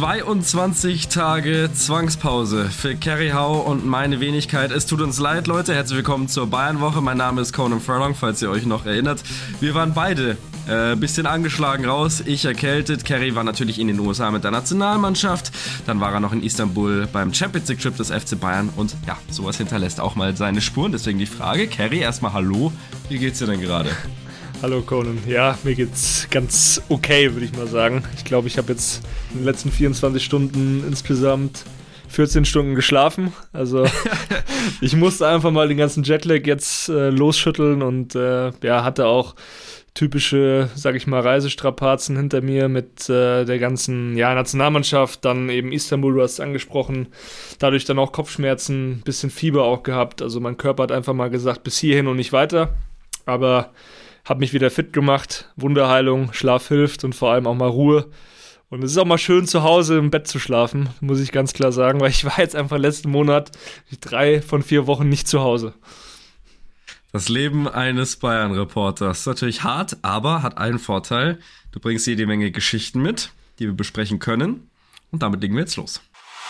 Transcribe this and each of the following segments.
22 Tage Zwangspause für Kerry Hau und meine Wenigkeit. Es tut uns leid, Leute. Herzlich willkommen zur Bayern-Woche. Mein Name ist Conan Furlong, falls ihr euch noch erinnert. Wir waren beide ein bisschen angeschlagen raus. Ich erkältet. Kerry war natürlich in den USA mit der Nationalmannschaft. Dann war er noch in Istanbul beim Champions League Trip des FC Bayern. Und ja, sowas hinterlässt auch mal seine Spuren. Deswegen die Frage, Kerry, erstmal hallo. Wie geht's dir denn gerade? Hallo Conan, ja, mir geht's ganz okay, würde ich mal sagen. Ich glaube, ich habe jetzt in den letzten 24 Stunden insgesamt 14 Stunden geschlafen. Also ich musste einfach mal den ganzen Jetlag jetzt losschütteln und hatte auch typische, sag ich mal, Reisestrapazen hinter mir mit der ganzen Nationalmannschaft, dann eben Istanbul, du hast es angesprochen, dadurch dann auch Kopfschmerzen, bisschen Fieber auch gehabt. Also mein Körper hat einfach mal gesagt, bis hierhin und nicht weiter. Aber habe mich wieder fit gemacht, Wunderheilung, Schlaf hilft und vor allem auch mal Ruhe. Und es ist auch mal schön, zu Hause im Bett zu schlafen, muss ich ganz klar sagen, weil ich war jetzt einfach letzten Monat 3 von 4 Wochen nicht zu Hause. Das Leben eines Bayern-Reporters ist natürlich hart, aber hat einen Vorteil. Du bringst jede Menge Geschichten mit, die wir besprechen können. Und damit legen wir jetzt los.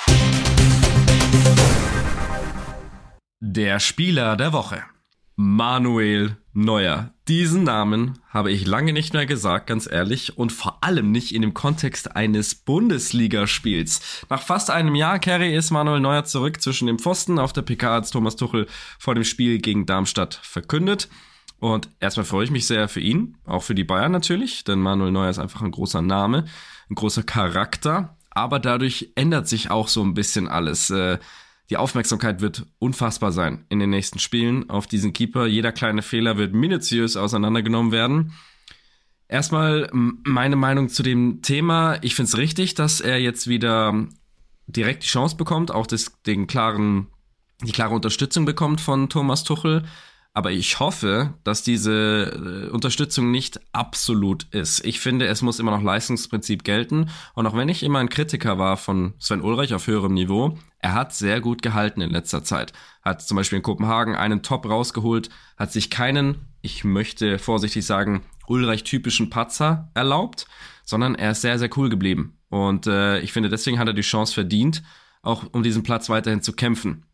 Der Spieler der Woche. Manuel Neuer. Diesen Namen habe ich lange nicht mehr gesagt, ganz ehrlich, und vor allem nicht in dem Kontext eines Bundesligaspiels. Nach fast einem Jahr, Kerry, ist Manuel Neuer zurück zwischen dem Pfosten. Auf der PK hat Thomas Tuchel vor dem Spiel gegen Darmstadt verkündet. Und erstmal freue ich mich sehr für ihn, auch für die Bayern natürlich, denn Manuel Neuer ist einfach ein großer Name, ein großer Charakter, aber dadurch ändert sich auch so ein bisschen alles. Die Aufmerksamkeit wird unfassbar sein in den nächsten Spielen auf diesen Keeper. Jeder kleine Fehler wird minutiös auseinandergenommen werden. Erstmal meine Meinung zu dem Thema. Ich finde es richtig, dass er jetzt wieder direkt die Chance bekommt, auch die klare Unterstützung bekommt von Thomas Tuchel. Aber ich hoffe, dass diese Unterstützung nicht absolut ist. Ich finde, es muss immer noch Leistungsprinzip gelten. Und auch wenn ich immer ein Kritiker war von Sven Ulreich auf höherem Niveau, er hat sehr gut gehalten in letzter Zeit. Hat zum Beispiel in Kopenhagen einen Top rausgeholt, hat sich keinen, ich möchte vorsichtig sagen, Ulreich-typischen Patzer erlaubt, sondern er ist sehr, sehr cool geblieben. Und ich finde, deswegen hat er die Chance verdient, auch um diesen Platz weiterhin zu kämpfen.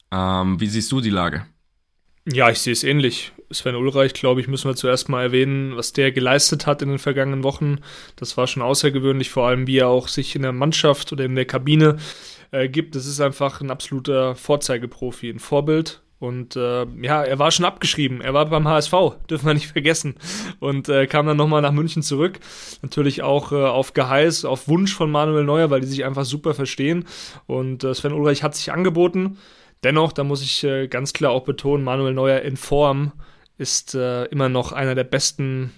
Wie siehst du die Lage? Ja, ich sehe es ähnlich. Sven Ulreich, glaube ich, müssen wir zuerst mal erwähnen, was der geleistet hat in den vergangenen Wochen. Das war schon außergewöhnlich, vor allem wie er auch sich in der Mannschaft oder in der Kabine gibt. Das ist einfach ein absoluter Vorzeigeprofi, ein Vorbild. Und er war schon abgeschrieben. Er war beim HSV, dürfen wir nicht vergessen. Und kam dann nochmal nach München zurück. Natürlich auch auf Geheiß, auf Wunsch von Manuel Neuer, weil die sich einfach super verstehen. Und Sven Ulreich hat sich angeboten. Dennoch, da muss ich ganz klar auch betonen, Manuel Neuer in Form ist immer noch einer der besten,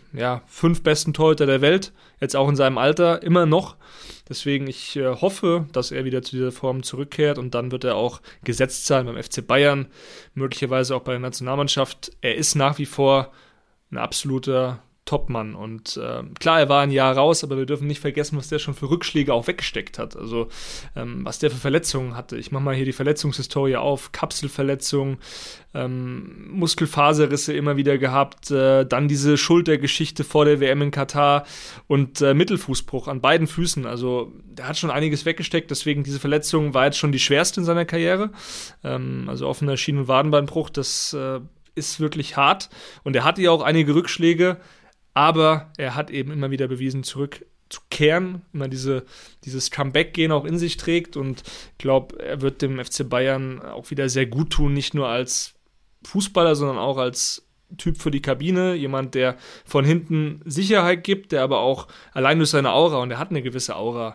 5 besten Torhüter der Welt, jetzt auch in seinem Alter, immer noch. Deswegen, ich hoffe, dass er wieder zu dieser Form zurückkehrt und dann wird er auch gesetzt sein beim FC Bayern, möglicherweise auch bei der Nationalmannschaft. Er ist nach wie vor ein absoluter Topmann und klar, er war ein Jahr raus, aber wir dürfen nicht vergessen, was der schon für Rückschläge auch weggesteckt hat, also was der für Verletzungen hatte. Ich mache mal hier die Verletzungshistorie auf, Kapselverletzung, Muskelfaserrisse immer wieder gehabt, dann diese Schultergeschichte vor der WM in Katar und Mittelfußbruch an beiden Füßen, also der hat schon einiges weggesteckt, deswegen diese Verletzung war jetzt schon die schwerste in seiner Karriere, also offener Schien- und Wadenbeinbruch, das ist wirklich hart und er hatte ja auch einige Rückschläge, aber er hat eben immer wieder bewiesen, zurückzukehren, immer dieses Comeback-Gehen auch in sich trägt und ich glaube, er wird dem FC Bayern auch wieder sehr gut tun, nicht nur als Fußballer, sondern auch als Typ für die Kabine, jemand, der von hinten Sicherheit gibt, der aber auch allein durch seine Aura, und er hat eine gewisse Aura,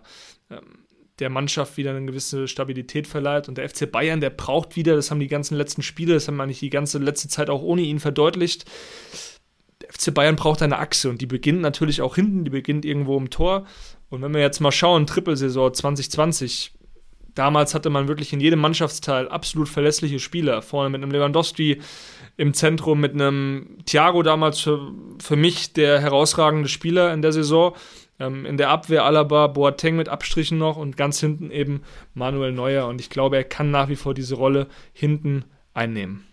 der Mannschaft wieder eine gewisse Stabilität verleiht und der FC Bayern, der braucht wieder, das haben die ganzen letzten Spiele, das haben wir eigentlich die ganze letzte Zeit auch ohne ihn verdeutlicht, der FC Bayern braucht eine Achse und die beginnt natürlich auch hinten, die beginnt irgendwo im Tor. Und wenn wir jetzt mal schauen, Trippelsaison 2020, damals hatte man wirklich in jedem Mannschaftsteil absolut verlässliche Spieler. Vorne mit einem Lewandowski, im Zentrum mit einem Thiago damals für mich der herausragende Spieler in der Saison. In der Abwehr Alaba, Boateng mit Abstrichen noch und ganz hinten eben Manuel Neuer. Und ich glaube, er kann nach wie vor diese Rolle hinten einnehmen.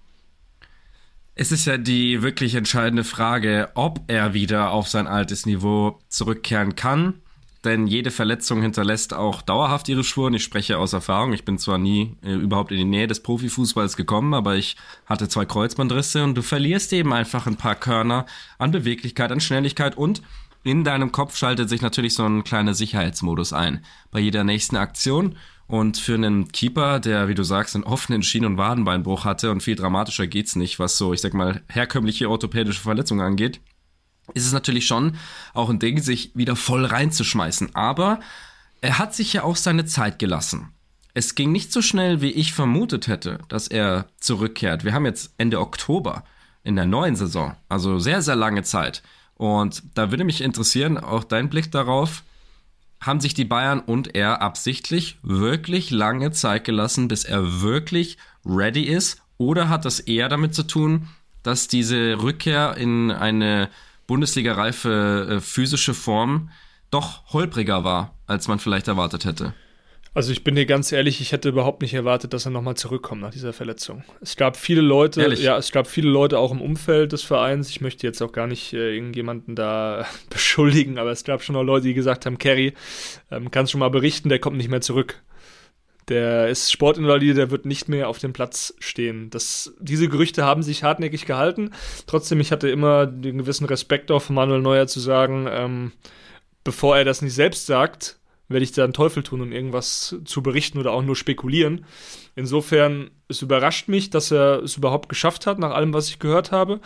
Es ist ja die wirklich entscheidende Frage, ob er wieder auf sein altes Niveau zurückkehren kann. denn jede Verletzung hinterlässt auch dauerhaft ihre Spuren. Ich spreche aus Erfahrung. Ich bin zwar nie überhaupt in die Nähe des Profifußballs gekommen, aber ich hatte 2 Kreuzbandrisse und du verlierst eben einfach ein paar Körner an Beweglichkeit, an Schnelligkeit und in deinem Kopf schaltet sich natürlich so ein kleiner Sicherheitsmodus ein bei jeder nächsten Aktion. Und für einen Keeper, der, wie du sagst, einen offenen Schien- und Wadenbeinbruch hatte und viel dramatischer geht's nicht, was so, ich sag mal, herkömmliche orthopädische Verletzungen angeht, ist es natürlich schon auch ein Ding, sich wieder voll reinzuschmeißen. Aber er hat sich ja auch seine Zeit gelassen. Es ging nicht so schnell, wie ich vermutet hätte, dass er zurückkehrt. Wir haben jetzt Ende Oktober in der neuen Saison, also sehr, sehr lange Zeit. Und da würde mich interessieren, auch dein Blick darauf, haben sich die Bayern und er absichtlich wirklich lange Zeit gelassen, bis er wirklich ready ist? Oder hat das eher damit zu tun, dass diese Rückkehr in eine Bundesliga-reife physische Form doch holpriger war, als man vielleicht erwartet hätte? Also ich bin dir ganz ehrlich, ich hätte überhaupt nicht erwartet, dass er nochmal zurückkommt nach dieser Verletzung. Es gab viele Leute, auch im Umfeld des Vereins, ich möchte jetzt auch gar nicht irgendjemanden da beschuldigen, aber es gab schon auch Leute, die gesagt haben, Kerry, kannst schon mal berichten, der kommt nicht mehr zurück. Der ist Sportinvalide, der wird nicht mehr auf dem Platz stehen. Diese Gerüchte haben sich hartnäckig gehalten. Trotzdem, ich hatte immer den gewissen Respekt auch von Manuel Neuer zu sagen, bevor er das nicht selbst sagt, werde ich da einen Teufel tun, um irgendwas zu berichten oder auch nur spekulieren. Insofern, es überrascht mich, dass er es überhaupt geschafft hat, nach allem, was ich gehört habe.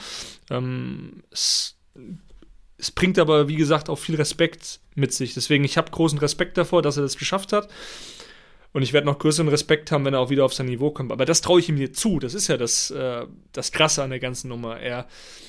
Es bringt aber, wie gesagt, auch viel Respekt mit sich. Deswegen, ich habe großen Respekt davor, dass er das geschafft hat. Und ich werde noch größeren Respekt haben, wenn er auch wieder auf sein Niveau kommt. Aber das traue ich ihm hier zu. Das ist ja das Krasse an der ganzen Nummer. Er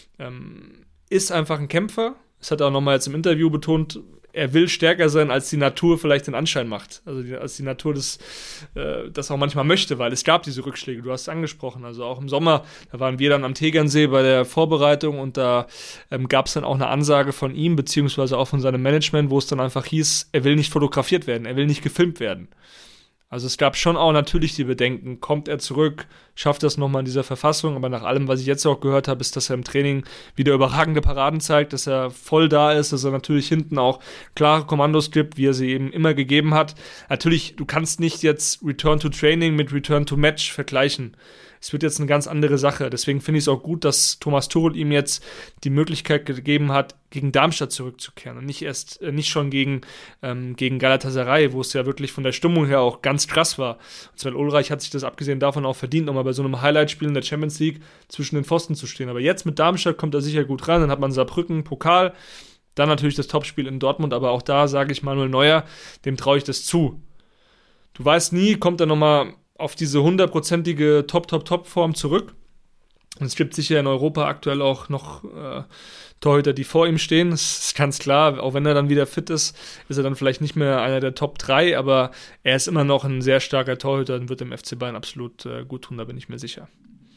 ist einfach ein Kämpfer. Das hat er auch nochmal jetzt im Interview betont. Er will stärker sein, als die Natur vielleicht den Anschein macht. Also als die Natur das auch manchmal möchte, weil es gab diese Rückschläge, du hast es angesprochen. Also auch im Sommer, da waren wir dann am Tegernsee bei der Vorbereitung und da gab es dann auch eine Ansage von ihm, beziehungsweise auch von seinem Management, wo es dann einfach hieß, er will nicht fotografiert werden, er will nicht gefilmt werden. Also es gab schon auch natürlich die Bedenken, kommt er zurück, schafft das nochmal in dieser Verfassung, aber nach allem, was ich jetzt auch gehört habe, ist, dass er im Training wieder überragende Paraden zeigt, dass er voll da ist, dass er natürlich hinten auch klare Kommandos gibt, wie er sie eben immer gegeben hat. Natürlich, du kannst nicht jetzt Return to Training mit Return to Match vergleichen. Es wird jetzt eine ganz andere Sache. Deswegen finde ich es auch gut, dass Thomas Tuchel ihm jetzt die Möglichkeit gegeben hat, gegen Darmstadt zurückzukehren und nicht schon gegen Galatasaray, wo es ja wirklich von der Stimmung her auch ganz krass war. Und Sven Ulreich hat sich das abgesehen davon auch verdient, nochmal bei so einem Highlight-Spiel in der Champions League zwischen den Pfosten zu stehen. Aber jetzt mit Darmstadt kommt er sicher gut ran. Dann hat man Saarbrücken, Pokal, dann natürlich das Topspiel in Dortmund. Aber auch da sage ich Manuel Neuer, dem traue ich das zu. Du weißt nie, kommt er nochmal auf diese 100%ige Top-Form zurück. Und es gibt sicher in Europa aktuell auch noch Torhüter, die vor ihm stehen. Das ist ganz klar, auch wenn er dann wieder fit ist, ist er dann vielleicht nicht mehr einer der Top 3, aber er ist immer noch ein sehr starker Torhüter und wird dem FC Bayern absolut gut tun, da bin ich mir sicher.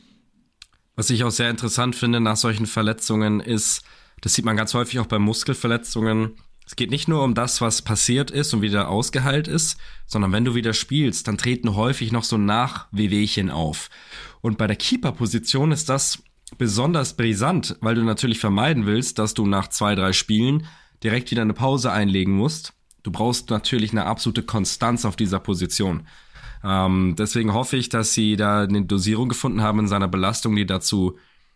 Was ich auch sehr interessant finde nach solchen Verletzungen ist, das sieht man ganz häufig auch bei Muskelverletzungen, es geht nicht nur um das, was passiert ist und wieder ausgeheilt ist, sondern wenn du wieder spielst, dann treten häufig noch so Nachwehwehchen auf. Und bei der Keeper-Position ist das besonders brisant, weil du natürlich vermeiden willst, dass du nach 2-3 Spielen direkt wieder eine Pause einlegen musst. Du brauchst natürlich eine absolute Konstanz auf dieser Position. Deswegen hoffe ich, dass sie da eine Dosierung gefunden haben in seiner Belastung, die dazu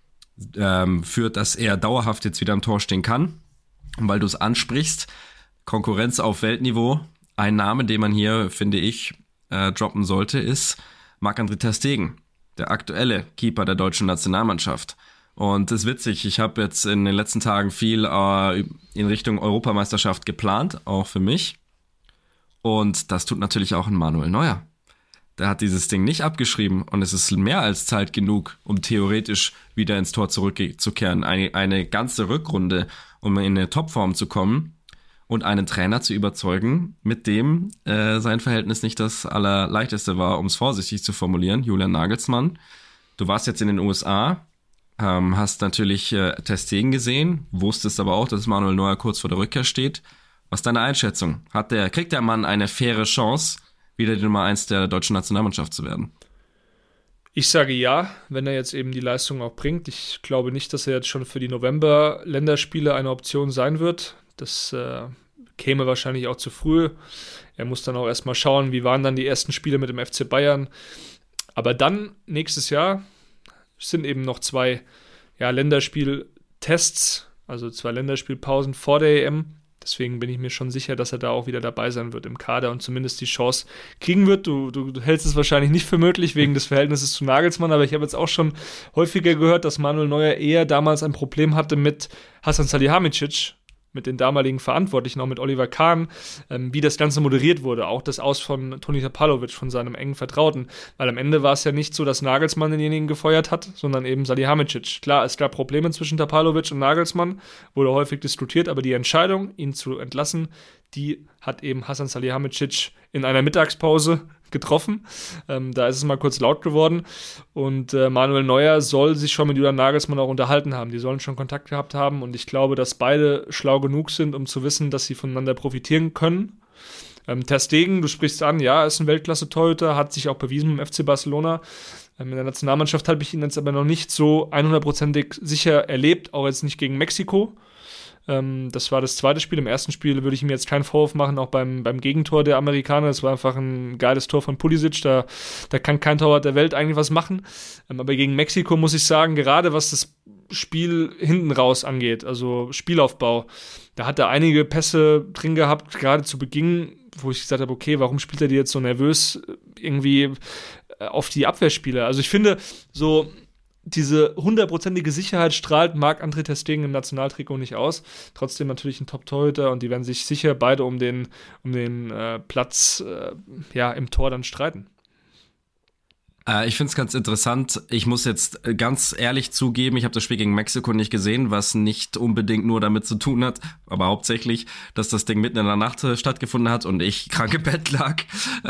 führt, dass er dauerhaft jetzt wieder am Tor stehen kann. Und weil du es ansprichst, Konkurrenz auf Weltniveau, ein Name, den man hier, finde ich, droppen sollte, ist Marc-André ter Stegen, der aktuelle Keeper der deutschen Nationalmannschaft. Und das ist witzig, ich habe jetzt in den letzten Tagen viel in Richtung Europameisterschaft geplant, auch für mich. Und das tut natürlich auch ein Manuel Neuer. Der hat dieses Ding nicht abgeschrieben und es ist mehr als Zeit genug, um theoretisch wieder ins Tor zurückzukehren. Eine ganze Rückrunde, um in eine Topform zu kommen und einen Trainer zu überzeugen, mit dem sein Verhältnis nicht das allerleichteste war, um es vorsichtig zu formulieren. Julian Nagelsmann, du warst jetzt in den USA, hast natürlich ter Stegen gesehen, wusstest aber auch, dass Manuel Neuer kurz vor der Rückkehr steht. Was ist deine Einschätzung? Kriegt der Mann eine faire Chance, wieder die Nummer 1 der deutschen Nationalmannschaft zu werden? Ich sage ja, wenn er jetzt eben die Leistung auch bringt. Ich glaube nicht, dass er jetzt schon für die November-Länderspiele eine Option sein wird. Das käme wahrscheinlich auch zu früh. Er muss dann auch erstmal schauen, wie waren dann die ersten Spiele mit dem FC Bayern. Aber dann, nächstes Jahr, sind eben noch 2 Länderspieltests, also 2 Länderspielpausen vor der EM. Deswegen bin ich mir schon sicher, dass er da auch wieder dabei sein wird im Kader und zumindest die Chance kriegen wird. Du hältst es wahrscheinlich nicht für möglich wegen des Verhältnisses zu Nagelsmann, aber ich habe jetzt auch schon häufiger gehört, dass Manuel Neuer eher damals ein Problem hatte mit Hasan Salihamidzic, mit den damaligen Verantwortlichen, auch mit Oliver Kahn, wie das Ganze moderiert wurde. Auch das Aus von Toni Tapalovic, von seinem engen Vertrauten. Weil am Ende war es ja nicht so, dass Nagelsmann denjenigen gefeuert hat, sondern eben Salihamidzic. Klar, es gab Probleme zwischen Tapalovic und Nagelsmann, wurde häufig diskutiert, aber die Entscheidung, ihn zu entlassen, die hat eben Hasan Salihamidzic in einer Mittagspause getroffen. Da ist es mal kurz laut geworden und Manuel Neuer soll sich schon mit Julian Nagelsmann auch unterhalten haben. Die sollen schon Kontakt gehabt haben und ich glaube, dass beide schlau genug sind, um zu wissen, dass sie voneinander profitieren können. Ter Stegen, du sprichst an, ja, ist ein Weltklasse-Torhüter, hat sich auch bewiesen im FC Barcelona. In der Nationalmannschaft habe ich ihn jetzt aber noch nicht so 100%ig sicher erlebt, auch jetzt nicht gegen Mexiko. Das war das zweite Spiel. Im ersten Spiel würde ich ihm jetzt keinen Vorwurf machen, auch beim Gegentor der Amerikaner. Das war einfach ein geiles Tor von Pulisic. Da kann kein Torwart der Welt eigentlich was machen. Aber gegen Mexiko muss ich sagen, gerade was das Spiel hinten raus angeht, also Spielaufbau, da hat er einige Pässe drin gehabt, gerade zu Beginn, wo ich gesagt habe, okay, warum spielt er die jetzt so nervös irgendwie auf die Abwehrspieler? Also ich finde, so diese 100%ige Sicherheit strahlt Marc-André ter Stegen im Nationaltrikot nicht aus. Trotzdem natürlich ein Top-Torhüter und die werden sich sicher beide um den Platz im Tor dann streiten. Ich finde es ganz interessant. Ich muss jetzt ganz ehrlich zugeben, ich habe das Spiel gegen Mexiko nicht gesehen, was nicht unbedingt nur damit zu tun hat, aber hauptsächlich, dass das Ding mitten in der Nacht stattgefunden hat und ich krank im Bett lag.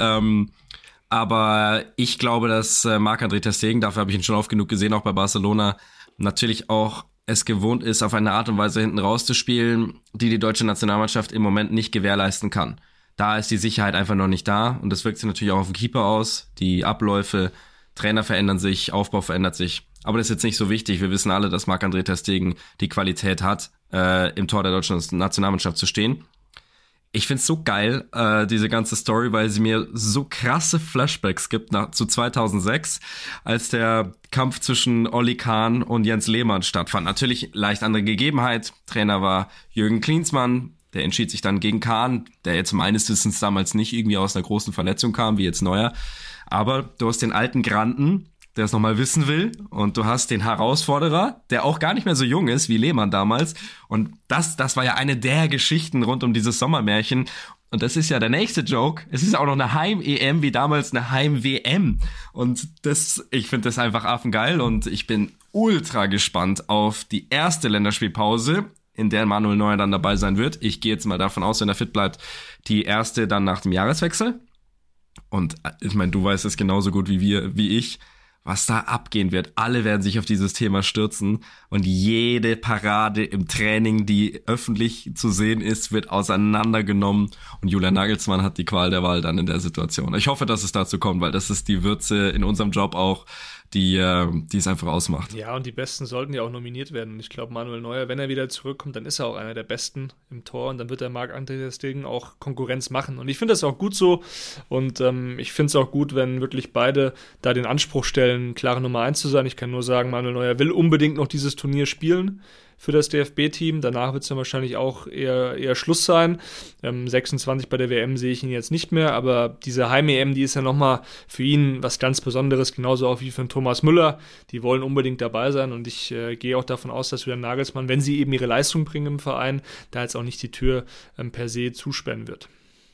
Aber ich glaube, dass Marc-André ter Stegen, dafür habe ich ihn schon oft genug gesehen, auch bei Barcelona, natürlich auch es gewohnt ist, auf eine Art und Weise hinten rauszuspielen, die deutsche Nationalmannschaft im Moment nicht gewährleisten kann. Da ist die Sicherheit einfach noch nicht da und das wirkt sich natürlich auch auf den Keeper aus. Die Abläufe, Trainer verändern sich, Aufbau verändert sich. Aber das ist jetzt nicht so wichtig. Wir wissen alle, dass Marc-André ter Stegen die Qualität hat, im Tor der deutschen Nationalmannschaft zu stehen. Ich find's so geil, diese ganze Story, weil sie mir so krasse Flashbacks gibt zu 2006, als der Kampf zwischen Olli Kahn und Jens Lehmann stattfand. Natürlich leicht andere Gegebenheit. Trainer war Jürgen Klinsmann. Der entschied sich dann gegen Kahn, der jetzt meines Wissens damals nicht irgendwie aus einer großen Verletzung kam, wie jetzt Neuer. Aber du hast den alten Granden, der es nochmal wissen will. Und du hast den Herausforderer, der auch gar nicht mehr so jung ist wie Lehmann damals. Und das war ja eine der Geschichten rund um dieses Sommermärchen. Und das ist ja der nächste Joke. Es ist auch noch eine Heim-EM wie damals eine Heim-WM. Und ich finde das einfach affengeil. Und ich bin ultra gespannt auf die erste Länderspielpause, in der Manuel Neuer dann dabei sein wird. Ich gehe jetzt mal davon aus, wenn er fit bleibt, die erste dann nach dem Jahreswechsel. Und ich meine, du weißt es genauso gut wie ich, was da abgehen wird. Alle werden sich auf dieses Thema stürzen und jede Parade im Training, die öffentlich zu sehen ist, wird auseinandergenommen und Julian Nagelsmann hat die Qual der Wahl dann in der Situation. Ich hoffe, dass es dazu kommt, weil das ist die Würze in unserem Job auch, die es einfach ausmacht. Ja, und die Besten sollten ja auch nominiert werden. Und ich glaube, Manuel Neuer, wenn er wieder zurückkommt, dann ist er auch einer der Besten im Tor und dann wird der Marc-André ter Stegen auch Konkurrenz machen. Und ich finde das auch gut so und ich finde es auch gut, wenn wirklich beide da den Anspruch stellen, klare Nummer 1 zu sein. Ich kann nur sagen, Manuel Neuer will unbedingt noch dieses Turnier spielen für das DFB-Team. Danach wird es dann wahrscheinlich auch eher Schluss sein. 26 bei der WM sehe ich ihn jetzt nicht mehr, aber diese Heim-EM, die ist ja nochmal für ihn was ganz Besonderes, genauso auch wie für Thomas Müller. Die wollen unbedingt dabei sein und ich gehe auch davon aus, dass Julian Nagelsmann, wenn sie eben ihre Leistung bringen im Verein, da jetzt auch nicht die Tür per se zusperren wird.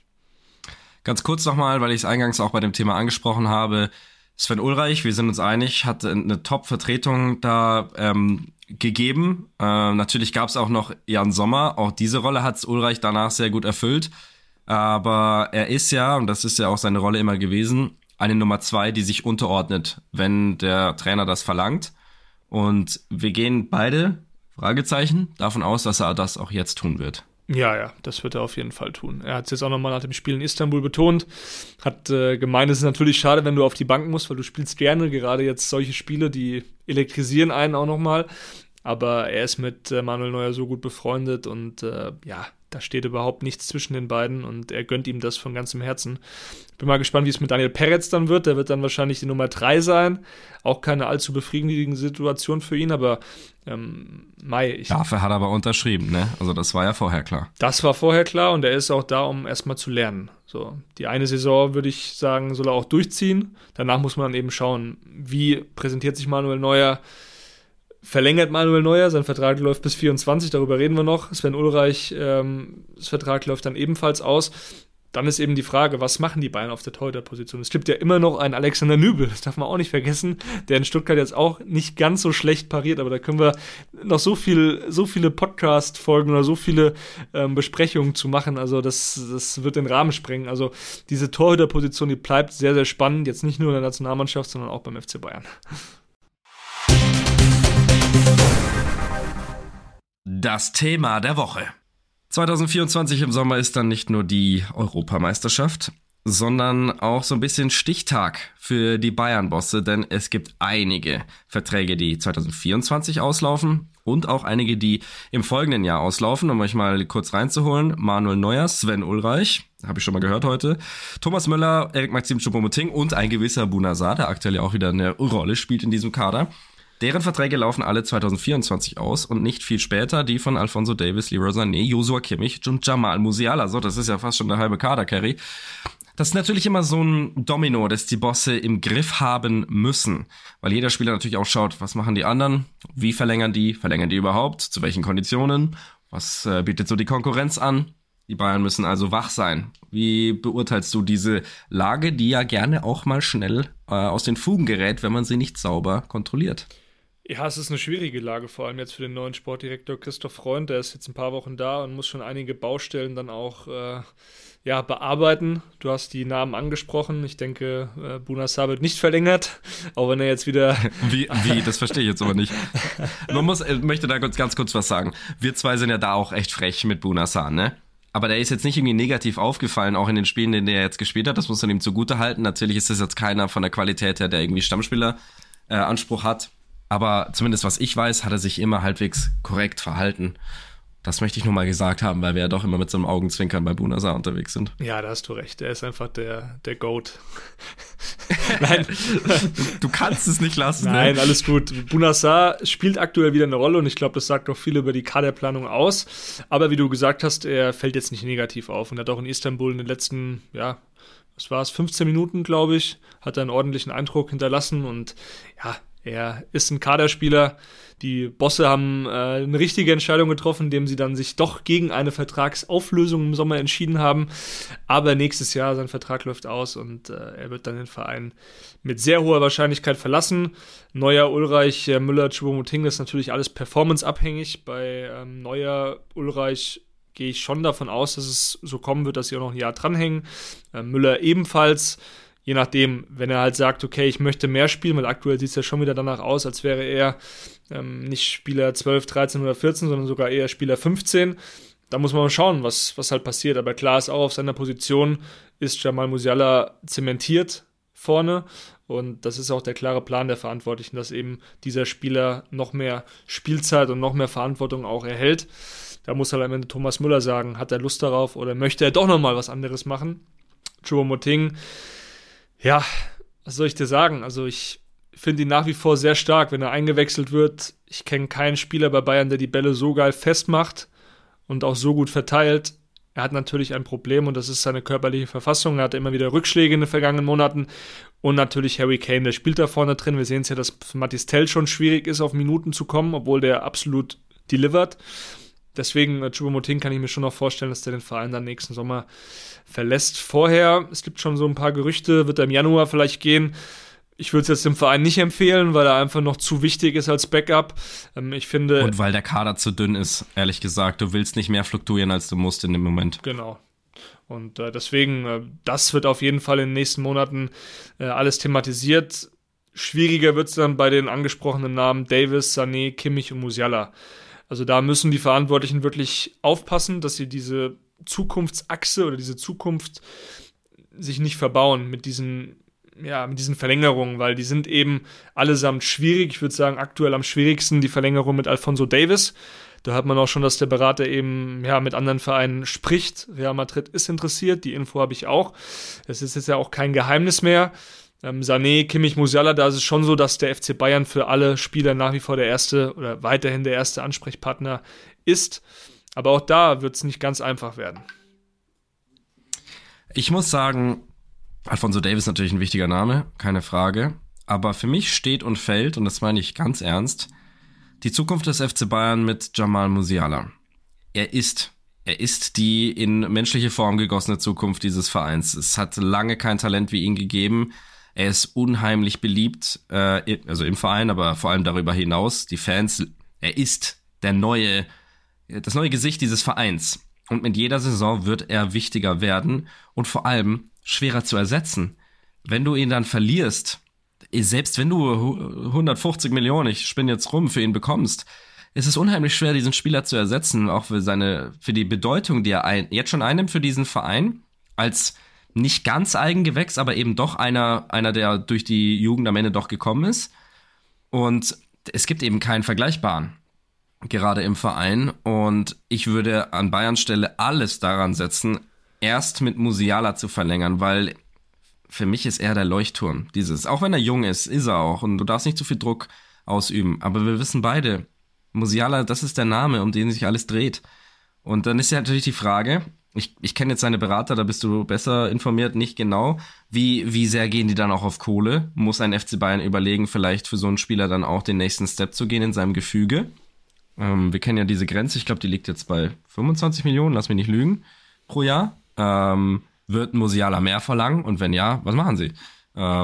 Ganz kurz nochmal, weil ich es eingangs auch bei dem Thema angesprochen habe, Sven Ulreich, wir sind uns einig, hat eine Top-Vertretung da gegeben. Natürlich gab es auch noch Jan Sommer. Auch diese Rolle hat Ulreich danach sehr gut erfüllt. Aber er ist ja, und das ist ja auch seine Rolle immer gewesen, eine Nummer 2, die sich unterordnet, wenn der Trainer das verlangt. Und wir gehen beide, Fragezeichen, davon aus, dass er das auch jetzt tun wird. Ja, das wird er auf jeden Fall tun. Er hat es jetzt auch nochmal nach dem Spiel in Istanbul betont, hat gemeint, es ist natürlich schade, wenn du auf die Bank musst, weil du spielst gerne, gerade jetzt solche Spiele, die elektrisieren einen auch nochmal. Aber er ist mit Manuel Neuer so gut befreundet und da steht überhaupt nichts zwischen den beiden und er gönnt ihm das von ganzem Herzen. Bin mal gespannt, wie es mit Daniel Peretz dann wird. Der wird dann wahrscheinlich die Nummer 3 sein. Auch keine allzu befriedigende Situation für ihn, aber dafür hat er aber unterschrieben, ne? Also das war ja vorher klar. Das war vorher klar und er ist auch da, um erstmal zu lernen. So, die eine Saison, würde ich sagen, soll er auch durchziehen. Danach muss man dann eben schauen, wie präsentiert sich Manuel Neuer. Verlängert Manuel Neuer, sein Vertrag läuft bis 24, darüber reden wir noch. Sven Ulreich, das Vertrag läuft dann ebenfalls aus. Dann ist eben die Frage, was machen die Bayern auf der Torhüterposition? Es gibt ja immer noch einen Alexander Nübel, das darf man auch nicht vergessen, der in Stuttgart jetzt auch nicht ganz so schlecht pariert, aber da können wir noch so viele Podcast-Folgen oder so viele Besprechungen zu machen, also das wird den Rahmen sprengen. Also diese Torhüterposition, die bleibt sehr, sehr spannend, jetzt nicht nur in der Nationalmannschaft, sondern auch beim FC Bayern. Das Thema der Woche. 2024 im Sommer ist dann nicht nur die Europameisterschaft, sondern auch so ein bisschen Stichtag für die Bayern-Bosse, denn es gibt einige Verträge, die 2024 auslaufen und auch einige, die im folgenden Jahr auslaufen. Um euch mal kurz reinzuholen, Manuel Neuer, Sven Ulreich, habe ich schon mal gehört heute, Thomas Müller, Eric-Maxim Choupo-Moting und ein gewisser Bouna Sarr, der aktuell ja auch wieder eine Rolle spielt in diesem Kader. Deren Verträge laufen alle 2024 aus und nicht viel später die von Alphonso Davies, Leroy Sané, Joshua Kimmich und Jamal Musiala. So, das ist ja fast schon der halbe Kader-Carry. Das ist natürlich immer so ein Domino, das die Bosse im Griff haben müssen. Weil jeder Spieler natürlich auch schaut, was machen die anderen, wie verlängern die überhaupt, zu welchen Konditionen, was bietet so die Konkurrenz an. Die Bayern müssen also wach sein. Wie beurteilst du diese Lage, die ja gerne auch mal schnell aus den Fugen gerät, wenn man sie nicht sauber kontrolliert? Ja, es ist eine schwierige Lage, vor allem jetzt für den neuen Sportdirektor Christoph Freund. Der ist jetzt ein paar Wochen da und muss schon einige Baustellen dann auch bearbeiten. Du hast die Namen angesprochen. Ich denke, Bouna Sarr wird nicht verlängert, auch wenn er jetzt wieder... Wie? Das verstehe ich jetzt aber nicht. Möchte da ganz kurz was sagen. Wir zwei sind ja da auch echt frech mit Bouna Sarr, ne? Aber der ist jetzt nicht irgendwie negativ aufgefallen, auch in den Spielen, in denen er jetzt gespielt hat. Das muss man ihm zugute halten. Natürlich ist das jetzt keiner von der Qualität her, der irgendwie Stammspieler-Anspruch hat. Aber zumindest was ich weiß, hat er sich immer halbwegs korrekt verhalten. Das möchte ich nur mal gesagt haben, weil wir ja doch immer mit so einem Augenzwinkern bei Bouna Sarr unterwegs sind. Ja, da hast du recht. Er ist einfach der GOAT. Nein. Du kannst es nicht lassen. Nein, ne? Alles gut. Bouna Sarr spielt aktuell wieder eine Rolle und ich glaube, das sagt auch viel über die Kaderplanung aus. Aber wie du gesagt hast, er fällt jetzt nicht negativ auf und hat auch in Istanbul in den letzten, 15 Minuten, glaube ich, hat er einen ordentlichen Eindruck hinterlassen und ja, er ist ein Kaderspieler. Die Bosse haben eine richtige Entscheidung getroffen, indem sie dann sich doch gegen eine Vertragsauflösung im Sommer entschieden haben. Aber nächstes Jahr, sein Vertrag läuft aus und er wird dann den Verein mit sehr hoher Wahrscheinlichkeit verlassen. Neuer, Ulreich, Müller, Choupo-Moting, das ist natürlich alles performanceabhängig. Bei Neuer, Ulreich gehe ich schon davon aus, dass es so kommen wird, dass sie auch noch ein Jahr dranhängen. Müller ebenfalls. Je nachdem, wenn er halt sagt, okay, ich möchte mehr spielen, weil aktuell sieht es ja schon wieder danach aus, als wäre er nicht Spieler 12, 13 oder 14, sondern sogar eher Spieler 15. Da muss man mal schauen, was halt passiert. Aber klar ist auch, auf seiner Position ist Jamal Musiala zementiert vorne. Und das ist auch der klare Plan der Verantwortlichen, dass eben dieser Spieler noch mehr Spielzeit und noch mehr Verantwortung auch erhält. Da muss halt am Ende Thomas Müller sagen, hat er Lust darauf oder möchte er doch nochmal was anderes machen? Choupo-Moting, ja, was soll ich dir sagen? Also ich finde ihn nach wie vor sehr stark, wenn er eingewechselt wird. Ich kenne keinen Spieler bei Bayern, der die Bälle so geil festmacht und auch so gut verteilt. Er hat natürlich ein Problem und das ist seine körperliche Verfassung. Er hatte immer wieder Rückschläge in den vergangenen Monaten. Und natürlich Harry Kane, der spielt da vorne drin. Wir sehen es ja, dass für Mathys Tel schon schwierig ist, auf Minuten zu kommen, obwohl der absolut delivert. Deswegen, Choupo-Moting kann ich mir schon noch vorstellen, dass der den Verein dann nächsten Sommer verlässt. Vorher, es gibt schon so ein paar Gerüchte, wird er im Januar vielleicht gehen. Ich würde es jetzt dem Verein nicht empfehlen, weil er einfach noch zu wichtig ist als Backup. Ich finde... Und weil der Kader zu dünn ist, ehrlich gesagt. Du willst nicht mehr fluktuieren, als du musst in dem Moment. Genau. Und deswegen, das wird auf jeden Fall in den nächsten Monaten alles thematisiert. Schwieriger wird es dann bei den angesprochenen Namen Davies, Sané, Kimmich und Musiala. Also da müssen die Verantwortlichen wirklich aufpassen, dass sie diese Zukunftsachse oder diese Zukunft sich nicht verbauen mit diesen Verlängerungen, weil die sind eben allesamt schwierig. Ich würde sagen, aktuell am schwierigsten die Verlängerung mit Alphonso Davies. Da hört man auch schon, dass der Berater eben mit anderen Vereinen spricht. Real Madrid ist interessiert, die Info habe ich auch. Das ist jetzt ja auch kein Geheimnis mehr. Sané, Kimmich, Musiala, da ist es schon so, dass der FC Bayern für alle Spieler nach wie vor der erste oder weiterhin der erste Ansprechpartner ist. Aber auch da wird es nicht ganz einfach werden. Ich muss sagen, Alphonso Davies ist natürlich ein wichtiger Name, keine Frage. Aber für mich steht und fällt, und das meine ich ganz ernst, die Zukunft des FC Bayern mit Jamal Musiala. Er ist die in menschliche Form gegossene Zukunft dieses Vereins. Es hat lange kein Talent wie ihn gegeben. Er ist unheimlich beliebt, also im Verein, aber vor allem darüber hinaus. Die Fans, er ist das neue Gesicht dieses Vereins. Und mit jeder Saison wird er wichtiger werden und vor allem schwerer zu ersetzen. Wenn du ihn dann verlierst, selbst wenn du 150 Millionen, ich spinne jetzt rum, für ihn bekommst, ist es unheimlich schwer, diesen Spieler zu ersetzen, auch für die Bedeutung, die er jetzt schon einnimmt für diesen Verein, als nicht ganz Eigengewächs, aber eben doch einer, der durch die Jugend am Ende doch gekommen ist. Und es gibt eben keinen Vergleichbaren, gerade im Verein. Und ich würde an Bayerns Stelle alles daran setzen, erst mit Musiala zu verlängern, weil für mich ist er der Leuchtturm. Auch wenn er jung ist er auch. Und du darfst nicht zu viel Druck ausüben. Aber wir wissen beide, Musiala, das ist der Name, um den sich alles dreht. Und dann ist ja natürlich die Frage, ich kenne jetzt seine Berater, da bist du besser informiert, nicht genau, wie sehr gehen die dann auch auf Kohle? Muss ein FC Bayern überlegen, vielleicht für so einen Spieler dann auch den nächsten Step zu gehen in seinem Gefüge? Wir kennen ja diese Grenze, ich glaube, die liegt jetzt bei 25 Millionen, lass mich nicht lügen, pro Jahr. Wird Musiala mehr verlangen? Und wenn ja, was machen sie? Da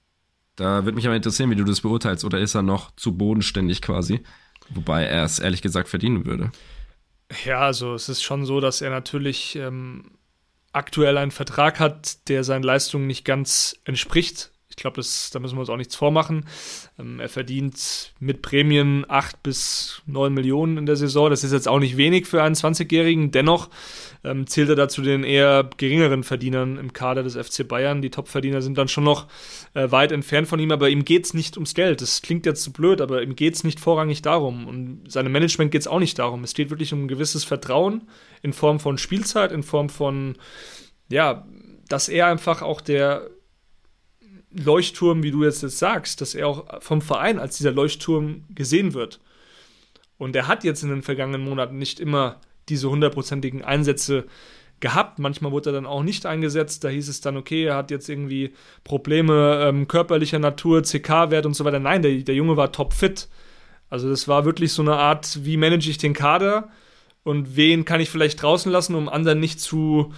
würde mich aber interessieren, wie du das beurteilst. Oder ist er noch zu bodenständig quasi? Wobei er es ehrlich gesagt verdienen würde. Ja, also es ist schon so, dass er natürlich aktuell einen Vertrag hat, der seinen Leistungen nicht ganz entspricht. Ich glaube, da müssen wir uns auch nichts vormachen. Er verdient mit Prämien 8 bis 9 Millionen in der Saison. Das ist jetzt auch nicht wenig für einen 20-Jährigen. Dennoch zählt er da zu den eher geringeren Verdienern im Kader des FC Bayern. Die Top-Verdiener sind dann schon noch weit entfernt von ihm, aber ihm geht es nicht ums Geld. Das klingt jetzt zu blöd, aber ihm geht es nicht vorrangig darum. Und seinem Management geht es auch nicht darum. Es geht wirklich um ein gewisses Vertrauen in Form von Spielzeit, in Form von, dass er einfach auch der Leuchtturm, wie du jetzt sagst, dass er auch vom Verein als dieser Leuchtturm gesehen wird. Und er hat jetzt in den vergangenen Monaten nicht immer diese 100%igen Einsätze gehabt. Manchmal wurde er dann auch nicht eingesetzt. Da hieß es dann, okay, er hat jetzt irgendwie Probleme körperlicher Natur, CK-Wert und so weiter. Nein, der Junge war topfit. Also das war wirklich so eine Art, wie manage ich den Kader und wen kann ich vielleicht draußen lassen, um anderen nicht zu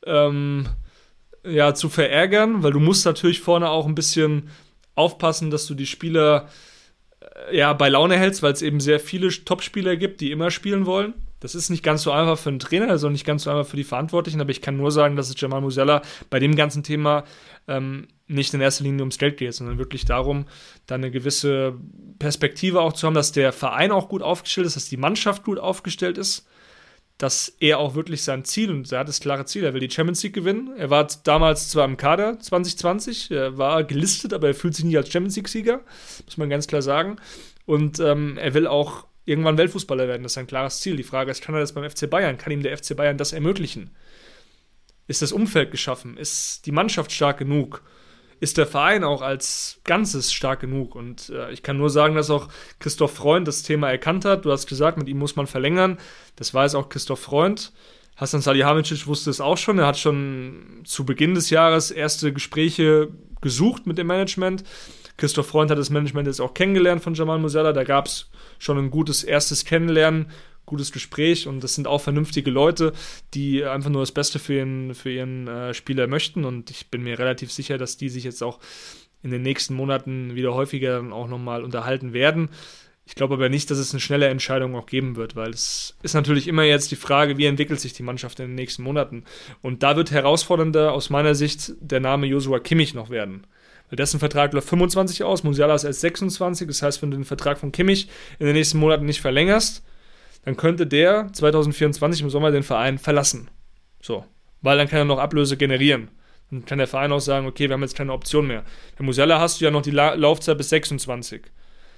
verärgern, weil du musst natürlich vorne auch ein bisschen aufpassen, dass du die Spieler bei Laune hältst, weil es eben sehr viele Topspieler gibt, die immer spielen wollen. Das ist nicht ganz so einfach für einen Trainer, also nicht ganz so einfach für die Verantwortlichen, aber ich kann nur sagen, dass es Jamal Musiala bei dem ganzen Thema nicht in erster Linie ums Geld geht, sondern wirklich darum, da eine gewisse Perspektive auch zu haben, dass der Verein auch gut aufgestellt ist, dass die Mannschaft gut aufgestellt ist, dass er auch wirklich sein Ziel, und er hat das klare Ziel, er will die Champions League gewinnen. Er war damals zwar im Kader 2020, er war gelistet, aber er fühlt sich nicht als Champions League-Sieger, muss man ganz klar sagen. Und er will auch irgendwann Weltfußballer werden, das ist ein klares Ziel. Die Frage ist, kann er das beim FC Bayern? Kann ihm der FC Bayern das ermöglichen? Ist das Umfeld geschaffen? Ist die Mannschaft stark genug? Ist der Verein auch als Ganzes stark genug? Und ich kann nur sagen, dass auch Christoph Freund das Thema erkannt hat. Du hast gesagt, mit ihm muss man verlängern. Das weiß auch Christoph Freund. Hasan Salihamidzic wusste es auch schon. Er hat schon zu Beginn des Jahres erste Gespräche gesucht mit dem Management. Christoph Freund hat das Management jetzt auch kennengelernt von Jamal Musiala. Da gab es schon ein gutes erstes Kennenlernen, gutes Gespräch, und das sind auch vernünftige Leute, die einfach nur das Beste für ihren Spieler möchten, und ich bin mir relativ sicher, dass die sich jetzt auch in den nächsten Monaten wieder häufiger dann auch nochmal unterhalten werden. Ich glaube aber nicht, dass es eine schnelle Entscheidung auch geben wird, weil es ist natürlich immer jetzt die Frage, wie entwickelt sich die Mannschaft in den nächsten Monaten, und da wird herausfordernder aus meiner Sicht der Name Joshua Kimmich noch werden. Weil dessen Vertrag läuft 25 aus, Musiala ist erst 26, das heißt, wenn du den Vertrag von Kimmich in den nächsten Monaten nicht verlängerst, dann könnte der 2024 im Sommer den Verein verlassen. So, weil dann kann er noch Ablöse generieren. Dann kann der Verein auch sagen, okay, wir haben jetzt keine Option mehr. Bei Musiala hast du ja noch die Laufzeit bis 26.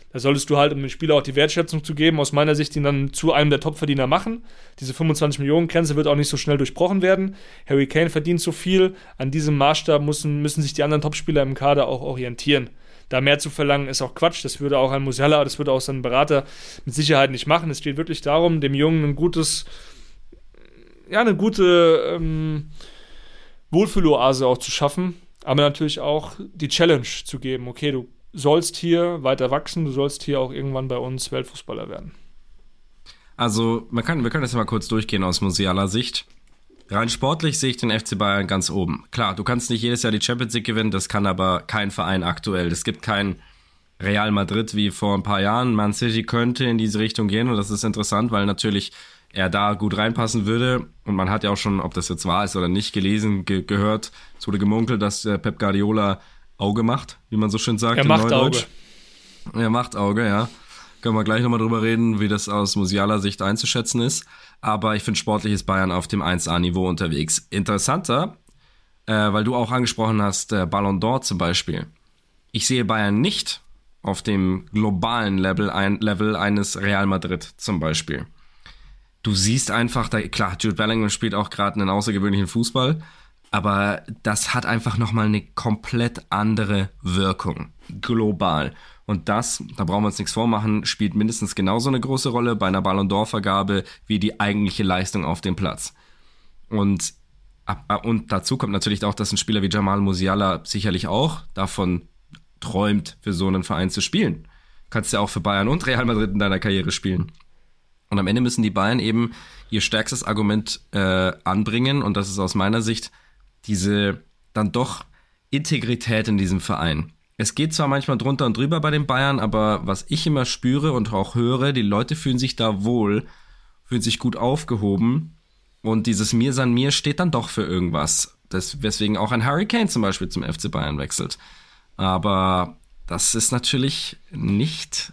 Da solltest du halt, um dem Spieler auch die Wertschätzung zu geben, aus meiner Sicht ihn dann zu einem der Topverdiener machen. Diese 25-Millionen-Grenze wird auch nicht so schnell durchbrochen werden. Harry Kane verdient so viel. An diesem Maßstab müssen sich die anderen Topspieler im Kader auch orientieren. Da mehr zu verlangen, ist auch Quatsch. Das würde auch ein Musiala, das würde auch sein Berater mit Sicherheit nicht machen. Es geht wirklich darum, dem Jungen eine gute Wohlfühloase auch zu schaffen, aber natürlich auch die Challenge zu geben. Okay, du sollst hier weiter wachsen, du sollst hier auch irgendwann bei uns Weltfußballer werden. Also, wir können das mal kurz durchgehen aus Musialer Sicht. Rein sportlich sehe ich den FC Bayern ganz oben. Klar, du kannst nicht jedes Jahr die Champions League gewinnen, das kann aber kein Verein aktuell. Es gibt kein Real Madrid wie vor ein paar Jahren. Man City könnte in diese Richtung gehen und das ist interessant, weil natürlich er da gut reinpassen würde. Und man hat ja auch schon, ob das jetzt wahr ist oder nicht, gelesen, gehört. Es wurde gemunkelt, dass Pep Guardiola Auge macht, wie man so schön sagt. Er macht Auge. Er macht Auge, ja. Können wir gleich nochmal drüber reden, wie das aus Musialer Sicht einzuschätzen ist. Aber ich finde, sportlich ist Bayern auf dem 1A-Niveau unterwegs. Interessanter, weil du auch angesprochen hast, Ballon d'Or zum Beispiel. Ich sehe Bayern nicht auf dem globalen Level eines Real Madrid zum Beispiel. Du siehst einfach, klar, Jude Bellingham spielt auch gerade einen außergewöhnlichen Fußball, aber das hat einfach nochmal eine komplett andere Wirkung, global. Und das, da brauchen wir uns nichts vormachen, spielt mindestens genauso eine große Rolle bei einer Ballon d'Or-Vergabe wie die eigentliche Leistung auf dem Platz. Und dazu kommt natürlich auch, dass ein Spieler wie Jamal Musiala sicherlich auch davon träumt, für so einen Verein zu spielen. Kannst ja auch für Bayern und Real Madrid in deiner Karriere spielen. Und am Ende müssen die Bayern eben ihr stärkstes Argument anbringen, und das ist aus meiner Sicht diese dann doch Integrität in diesem Verein. Es geht zwar manchmal drunter und drüber bei den Bayern, aber was ich immer spüre und auch höre, die Leute fühlen sich da wohl, fühlen sich gut aufgehoben, und dieses Mir san mir steht dann doch für irgendwas. Weswegen auch ein Harry Kane zum Beispiel zum FC Bayern wechselt. Aber das ist natürlich nicht,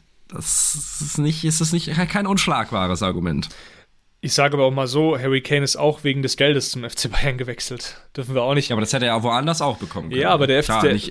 kein unschlagbares Argument. Ich sage aber auch mal so, Harry Kane ist auch wegen des Geldes zum FC Bayern gewechselt. Dürfen wir auch nicht. Ja, aber das hätte er ja woanders auch bekommen können. Ja, aber der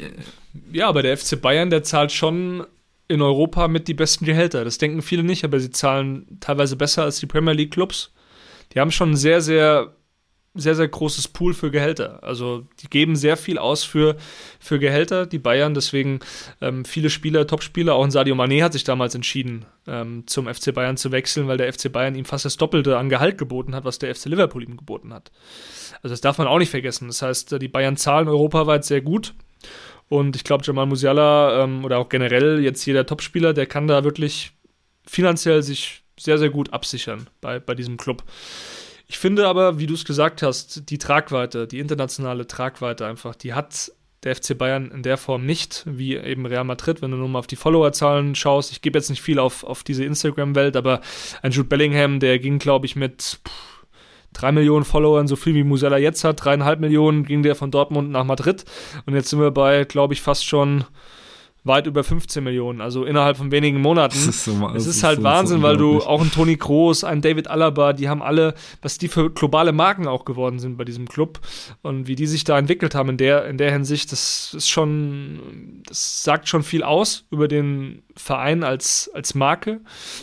FC Bayern, der zahlt schon in Europa mit die besten Gehälter. Das denken viele nicht, aber sie zahlen teilweise besser als die Premier League Clubs. Die haben schon ein sehr, sehr, sehr, sehr großes Pool für Gehälter. Also die geben sehr viel aus für Gehälter, die Bayern. Deswegen viele Spieler, Topspieler, auch ein Sadio Mané hat sich damals entschieden, zum FC Bayern zu wechseln, weil der FC Bayern ihm fast das Doppelte an Gehalt geboten hat, was der FC Liverpool ihm geboten hat. Also das darf man auch nicht vergessen. Das heißt, die Bayern zahlen europaweit sehr gut. Und ich glaube, Jamal Musiala oder auch generell jetzt jeder Topspieler, der kann da wirklich finanziell sich sehr, sehr gut absichern bei diesem Club. Ich finde aber, wie du es gesagt hast, die Tragweite, die internationale Tragweite einfach, die hat der FC Bayern in der Form nicht, wie eben Real Madrid, wenn du nur mal auf die Followerzahlen schaust. Ich gebe jetzt nicht viel auf diese Instagram-Welt, aber ein Jude Bellingham, der ging, glaube ich, mit 3 Millionen Followern, so viel wie Musiala jetzt hat, 3,5 Millionen, ging der von Dortmund nach Madrid. Und jetzt sind wir bei, glaube ich, fast schon weit über 15 Millionen, also innerhalb von wenigen Monaten. Es ist halt Wahnsinn, weil du auch ein Toni Kroos, ein David Alaba, die haben alle, was die für globale Marken auch geworden sind bei diesem Club und wie die sich da entwickelt haben in der Hinsicht, das sagt schon viel aus über den Verein als Marke.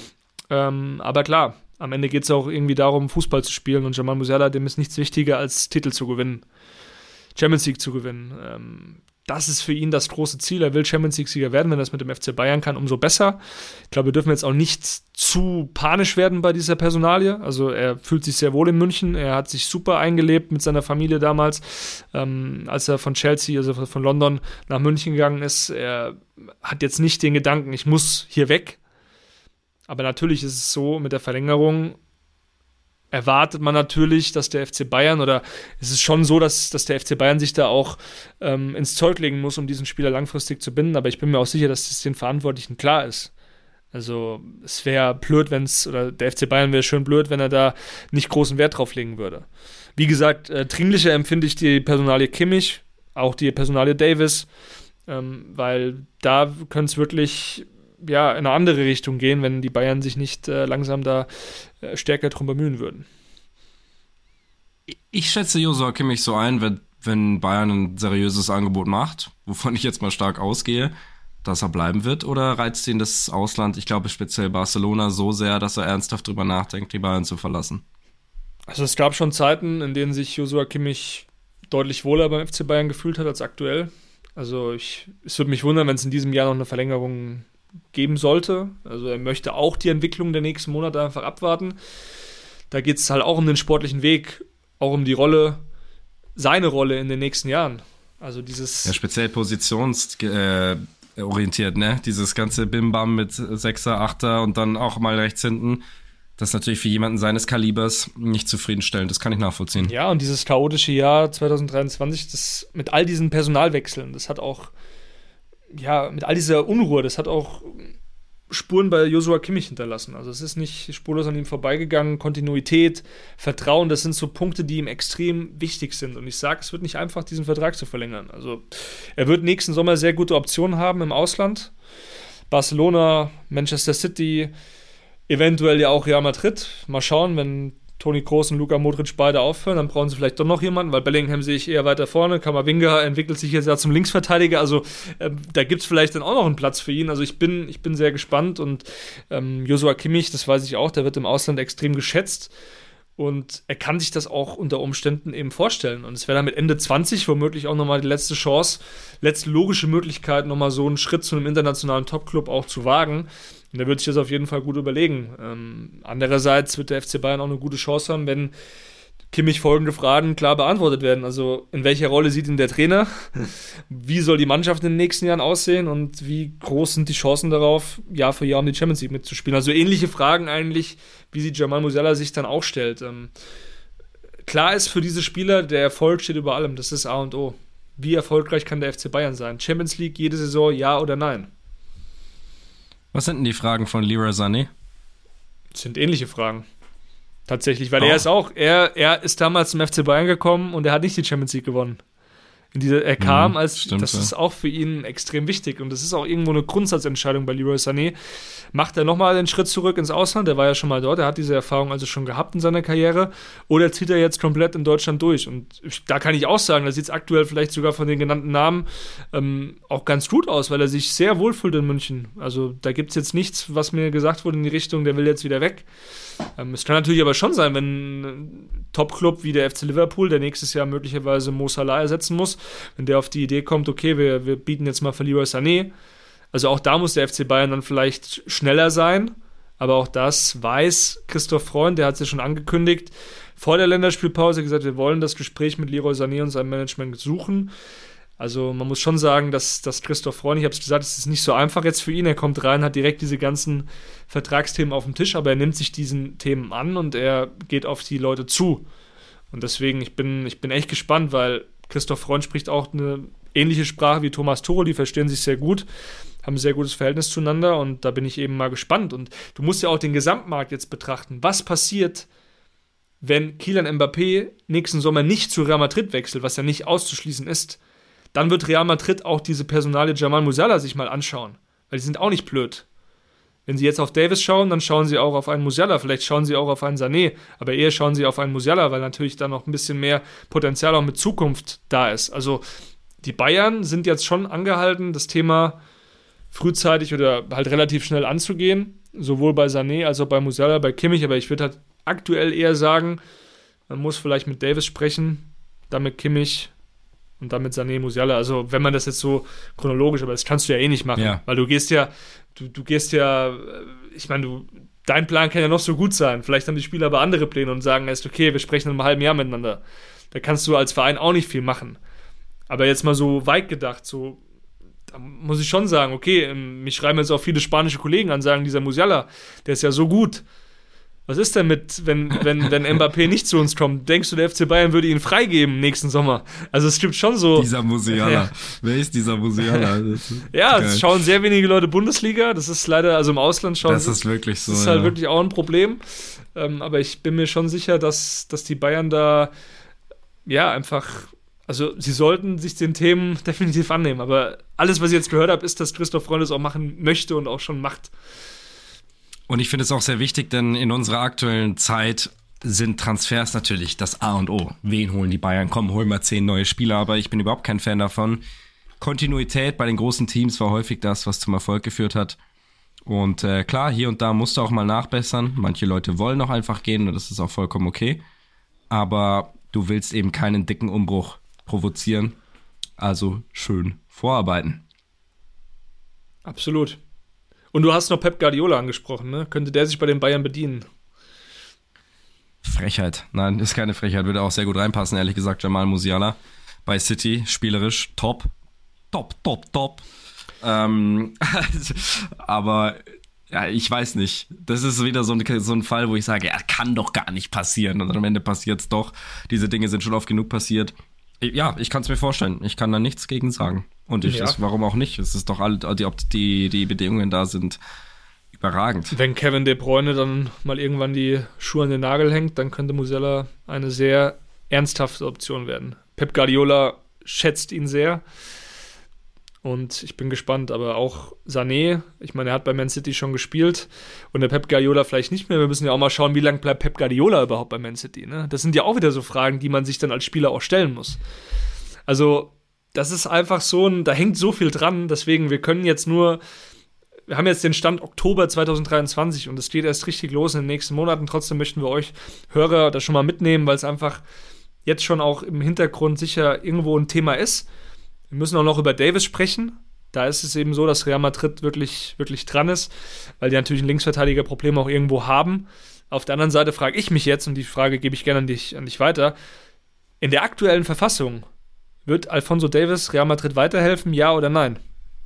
Aber klar, am Ende geht es auch irgendwie darum, Fußball zu spielen, und Jamal Musiala, dem ist nichts wichtiger, als Titel zu gewinnen, Champions League zu gewinnen. Das ist für ihn das große Ziel. Er will Champions League-Sieger werden. Wenn er das mit dem FC Bayern kann, umso besser. Ich glaube, wir dürfen jetzt auch nicht zu panisch werden bei dieser Personalie. Also er fühlt sich sehr wohl in München. Er hat sich super eingelebt mit seiner Familie damals, als er von Chelsea, also von London nach München gegangen ist. Er hat jetzt nicht den Gedanken, ich muss hier weg. Aber natürlich ist es so, mit der Verlängerung erwartet man natürlich, dass der FC Bayern, oder es ist schon so, dass der FC Bayern sich da auch ins Zeug legen muss, um diesen Spieler langfristig zu binden, aber ich bin mir auch sicher, dass es den Verantwortlichen klar ist. Also es wäre blöd, oder der FC Bayern wäre schön blöd, wenn er da nicht großen Wert drauf legen würde. Wie gesagt, dringlicher empfinde ich die Personalie Kimmich, auch die Personalie Davis, weil da könnte es wirklich in eine andere Richtung gehen, wenn die Bayern sich nicht langsam da stärker drum bemühen würden. Ich schätze Joshua Kimmich so ein, wenn Bayern ein seriöses Angebot macht, wovon ich jetzt mal stark ausgehe, dass er bleiben wird? Oder reizt ihn das Ausland, ich glaube speziell Barcelona, so sehr, dass er ernsthaft drüber nachdenkt, die Bayern zu verlassen? Also es gab schon Zeiten, in denen sich Joshua Kimmich deutlich wohler beim FC Bayern gefühlt hat als aktuell. Also es würde mich wundern, wenn es in diesem Jahr noch eine Verlängerung geben sollte. Also er möchte auch die Entwicklung der nächsten Monate einfach abwarten. Da geht es halt auch um den sportlichen Weg, auch um die Rolle, seine Rolle in den nächsten Jahren. Also dieses... Ja, speziell positionsorientiert, ne? Dieses ganze Bim-Bam mit Sechser, Achter und dann auch mal rechts hinten. Das ist natürlich für jemanden seines Kalibers nicht zufriedenstellend. Das kann ich nachvollziehen. Ja, und dieses chaotische Jahr 2023, das mit all diesen Personalwechseln, das hat auch, ja, mit all dieser Unruhe, das hat auch Spuren bei Joshua Kimmich hinterlassen. Also es ist nicht spurlos an ihm vorbeigegangen. Kontinuität, Vertrauen, das sind so Punkte, die ihm extrem wichtig sind. Und ich sage, es wird nicht einfach, diesen Vertrag zu verlängern. Also er wird nächsten Sommer sehr gute Optionen haben im Ausland. Barcelona, Manchester City, eventuell ja auch Real Madrid. Mal schauen, wenn Toni Kroos und Luka Modric beide aufhören, dann brauchen sie vielleicht doch noch jemanden, weil Bellingham sehe ich eher weiter vorne. Camavinga entwickelt sich jetzt ja zum Linksverteidiger, also da gibt es vielleicht dann auch noch einen Platz für ihn. Also ich bin sehr gespannt und Joshua Kimmich, das weiß ich auch, der wird im Ausland extrem geschätzt und er kann sich das auch unter Umständen eben vorstellen. Und es wäre dann mit Ende 20 womöglich auch nochmal die letzte Chance, letzte logische Möglichkeit, nochmal so einen Schritt zu einem internationalen Topclub auch zu wagen. Und der wird sich das auf jeden Fall gut überlegen. Andererseits wird der FC Bayern auch eine gute Chance haben, wenn Kimmich folgende Fragen klar beantwortet werden. Also in welcher Rolle sieht ihn der Trainer? Wie soll die Mannschaft in den nächsten Jahren aussehen? Und wie groß sind die Chancen darauf, Jahr für Jahr um die Champions League mitzuspielen? Also ähnliche Fragen eigentlich, wie sie Jamal Musiala sich dann auch stellt. Klar ist für diese Spieler, der Erfolg steht über allem. Das ist A und O. Wie erfolgreich kann der FC Bayern sein? Champions League jede Saison, ja oder nein? Was sind denn die Fragen von Leroy Sané? Das sind ähnliche Fragen. Tatsächlich, weil er ist damals zum FC Bayern gekommen und er hat nicht die Champions League gewonnen. Er kam das ist auch für ihn extrem wichtig und das ist auch irgendwo eine Grundsatzentscheidung bei Leroy Sané. Macht er nochmal den Schritt zurück ins Ausland? Der war ja schon mal dort, er hat diese Erfahrung also schon gehabt in seiner Karriere. Oder zieht er jetzt komplett in Deutschland durch? Und da kann ich auch sagen, da sieht es aktuell vielleicht sogar von den genannten Namen auch ganz gut aus, weil er sich sehr wohlfühlt in München. Also da gibt es jetzt nichts, was mir gesagt wurde in die Richtung, der will jetzt wieder weg. Es kann natürlich aber schon sein, wenn ein Top-Club wie der FC Liverpool, der nächstes Jahr möglicherweise Mo Salah ersetzen muss, wenn der auf die Idee kommt, okay, wir bieten jetzt mal für Leroy Sané. Also auch da muss der FC Bayern dann vielleicht schneller sein, aber auch das weiß Christoph Freund, der hat es ja schon angekündigt, vor der Länderspielpause gesagt, wir wollen das Gespräch mit Leroy Sané und seinem Management suchen. Also man muss schon sagen, dass Christoph Freund, ich habe es gesagt, es ist nicht so einfach jetzt für ihn, er kommt rein, hat direkt diese ganzen Vertragsthemen auf dem Tisch, aber er nimmt sich diesen Themen an und er geht auf die Leute zu. Und deswegen, ich bin echt gespannt, weil Christoph Freund spricht auch eine ähnliche Sprache wie Thomas Tuchel, die verstehen sich sehr gut, haben ein sehr gutes Verhältnis zueinander und da bin ich eben mal gespannt. Und du musst ja auch den Gesamtmarkt jetzt betrachten. Was passiert, wenn Kylian Mbappé nächsten Sommer nicht zu Real Madrid wechselt, was ja nicht auszuschließen ist? Dann wird Real Madrid auch diese Personalie Jamal Musiala sich mal anschauen, weil die sind auch nicht blöd. Wenn sie jetzt auf Davis schauen, dann schauen sie auch auf einen Musiala, vielleicht schauen sie auch auf einen Sané, aber eher schauen sie auf einen Musiala, weil natürlich da noch ein bisschen mehr Potenzial auch mit Zukunft da ist. Also die Bayern sind jetzt schon angehalten, das Thema frühzeitig oder halt relativ schnell anzugehen, sowohl bei Sané als auch bei Musiala, bei Kimmich, aber ich würde halt aktuell eher sagen, man muss vielleicht mit Davis sprechen, dann mit Kimmich und dann mit Sané, Musiala. Also wenn man das jetzt so chronologisch, aber das kannst du ja eh nicht machen, weil du gehst ja, ich meine, dein Plan kann ja noch so gut sein. Vielleicht haben die Spieler aber andere Pläne und sagen erst, okay, wir sprechen in einem halben Jahr miteinander. Da kannst du als Verein auch nicht viel machen. Aber jetzt mal so weit gedacht, so, da muss ich schon sagen, okay, mich schreiben jetzt auch viele spanische Kollegen an, sagen, dieser Musiala, der ist ja so gut. Was ist denn wenn Mbappé nicht zu uns kommt? Denkst du, der FC Bayern würde ihn freigeben nächsten Sommer? Also es gibt schon so... Dieser Musiala. Ja. Wer ist dieser Musiala? Ja, es schauen sehr wenige Leute Bundesliga. Das ist leider, also im Ausland schauen... Das ist wirklich so, Das ist halt wirklich auch ein Problem. Aber ich bin mir schon sicher, dass die Bayern da einfach... Also sie sollten sich den Themen definitiv annehmen. Aber alles, was ich jetzt gehört habe, ist, dass Christoph Freund es auch machen möchte und auch schon macht. Und ich finde es auch sehr wichtig, denn in unserer aktuellen Zeit sind Transfers natürlich das A und O. Wen holen die Bayern? Komm, holen wir 10 neue Spieler, aber ich bin überhaupt kein Fan davon, Kontinuität bei den großen Teams war häufig das, was zum Erfolg geführt hat. Und klar, hier und da musst du auch mal nachbessern. Manche Leute wollen auch einfach gehen und das ist auch vollkommen okay. Aber du willst eben keinen dicken Umbruch provozieren. Also schön vorarbeiten. Absolut. Und du hast noch Pep Guardiola angesprochen, ne? Könnte der sich bei den Bayern bedienen? Frechheit. Nein, ist keine Frechheit. Würde auch sehr gut reinpassen, ehrlich gesagt. Jamal Musiala bei City, spielerisch top. Top. Aber ja, ich weiß nicht. Das ist wieder so ein Fall, wo ich sage, ja, kann doch gar nicht passieren. Und am Ende passiert es doch. Diese Dinge sind schon oft genug passiert. Ja, ich kann es mir vorstellen. Ich kann da nichts gegen sagen. Und warum auch nicht? Es ist doch die Bedingungen da sind überragend. Wenn Kevin De Bruyne dann mal irgendwann die Schuhe an den Nagel hängt, dann könnte Musiala eine sehr ernsthafte Option werden. Pep Guardiola schätzt ihn sehr. Und ich bin gespannt, aber auch Sané, ich meine, er hat bei Man City schon gespielt und der Pep Guardiola vielleicht nicht mehr. Wir müssen ja auch mal schauen, wie lange bleibt Pep Guardiola überhaupt bei Man City, ne? Das sind ja auch wieder so Fragen, die man sich dann als Spieler auch stellen muss. Also, das ist einfach da hängt so viel dran, deswegen, wir haben jetzt den Stand Oktober 2023 und es geht erst richtig los in den nächsten Monaten. Trotzdem möchten wir euch Hörer das schon mal mitnehmen, weil es einfach jetzt schon auch im Hintergrund sicher irgendwo ein Thema ist. Wir müssen auch noch über Davis sprechen. Da ist es eben so, dass Real Madrid wirklich, wirklich dran ist, weil die natürlich ein Linksverteidiger-Problem auch irgendwo haben. Auf der anderen Seite frage ich mich jetzt, und die Frage gebe ich gerne an dich weiter, in der aktuellen Verfassung, wird Alphonso Davies Real Madrid weiterhelfen, ja oder nein?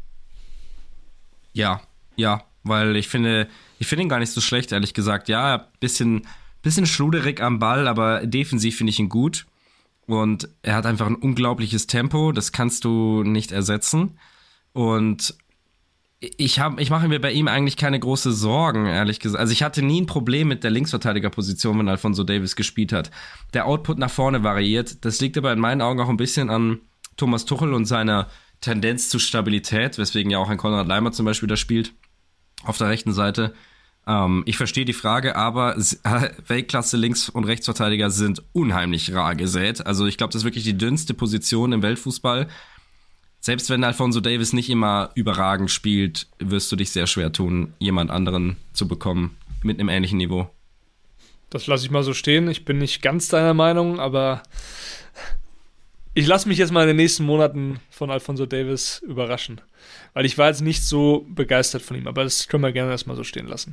Ja, weil ich finde ihn gar nicht so schlecht, ehrlich gesagt. Ja, bisschen schluderig am Ball, aber defensiv finde ich ihn gut. Und er hat einfach ein unglaubliches Tempo, das kannst du nicht ersetzen. Und ich mache mir bei ihm eigentlich keine große Sorgen, ehrlich gesagt. Also ich hatte nie ein Problem mit der Linksverteidigerposition, wenn Alphonso Davies gespielt hat. Der Output nach vorne variiert. Das liegt aber in meinen Augen auch ein bisschen an Thomas Tuchel und seiner Tendenz zu Stabilität, weswegen ja auch ein Konrad Laimer zum Beispiel da spielt, auf der rechten Seite. Ich verstehe die Frage, aber Weltklasse Links- und Rechtsverteidiger sind unheimlich rar gesät. Also ich glaube, das ist wirklich die dünnste Position im Weltfußball. Selbst wenn Alphonso Davies nicht immer überragend spielt, wirst du dich sehr schwer tun, jemand anderen zu bekommen mit einem ähnlichen Niveau. Das lasse ich mal so stehen. Ich bin nicht ganz deiner Meinung, aber ich lasse mich jetzt mal in den nächsten Monaten von Alphonso Davies überraschen. Weil ich war jetzt nicht so begeistert von ihm, aber das können wir gerne erstmal so stehen lassen.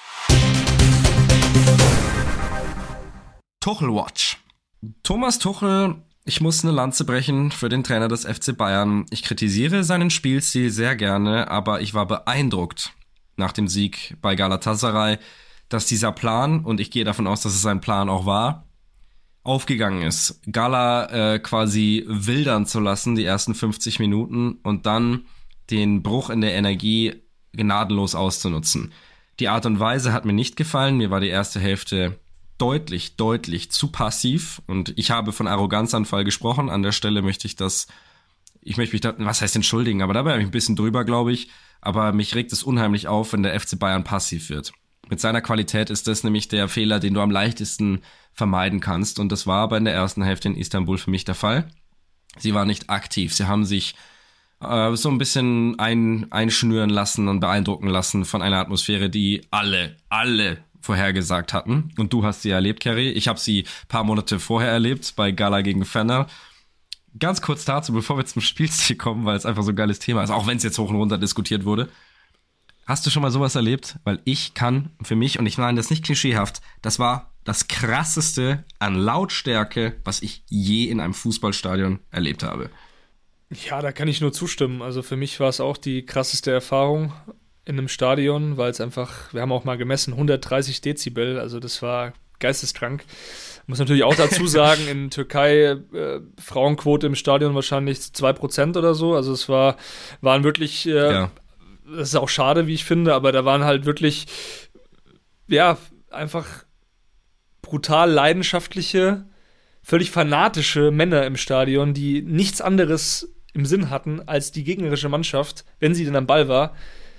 Tuchel-Watch. Thomas Tuchel, ich muss eine Lanze brechen für den Trainer des FC Bayern. Ich kritisiere seinen Spielstil sehr gerne, aber ich war beeindruckt nach dem Sieg bei Galatasaray, dass dieser Plan, und ich gehe davon aus, dass es sein Plan auch war, aufgegangen ist. Gala quasi wildern zu lassen, die ersten 50 Minuten, und dann den Bruch in der Energie gnadenlos auszunutzen. Die Art und Weise hat mir nicht gefallen. Mir war die erste Hälfte deutlich zu passiv, und ich habe von Arroganzanfall gesprochen. An der Stelle möchte ich mich da, was heißt entschuldigen, aber dabei habe ich ein bisschen drüber, glaube ich. Aber mich regt es unheimlich auf, wenn der FC Bayern passiv wird. Mit seiner Qualität ist das nämlich der Fehler, den du am leichtesten vermeiden kannst. Und das war aber in der ersten Hälfte in Istanbul für mich der Fall. Sie waren nicht aktiv. Sie haben sich so ein bisschen einschnüren lassen und beeindrucken lassen von einer Atmosphäre, die alle vorhergesagt hatten. Und du hast sie erlebt, Kerry. Ich habe sie ein paar Monate vorher erlebt bei Gala gegen Fener. Ganz kurz dazu, bevor wir zum Spielstil kommen, weil es einfach so ein geiles Thema ist, auch wenn es jetzt hoch und runter diskutiert wurde. Hast du schon mal sowas erlebt? Weil ich kann für mich, und ich meine das nicht klischeehaft, das war das Krasseste an Lautstärke, was ich je in einem Fußballstadion erlebt habe. Ja, da kann ich nur zustimmen. Also für mich war es auch die krasseste Erfahrung in einem Stadion, weil es einfach, wir haben auch mal gemessen, 130 Dezibel, also das war geisteskrank. Muss natürlich auch dazu sagen, in Türkei Frauenquote im Stadion wahrscheinlich 2% oder so, also es waren wirklich, das ist auch schade, wie ich finde, aber da waren halt wirklich, ja, einfach brutal leidenschaftliche, völlig fanatische Männer im Stadion, die nichts anderes im Sinn hatten, als die gegnerische Mannschaft, wenn sie denn am Ball war,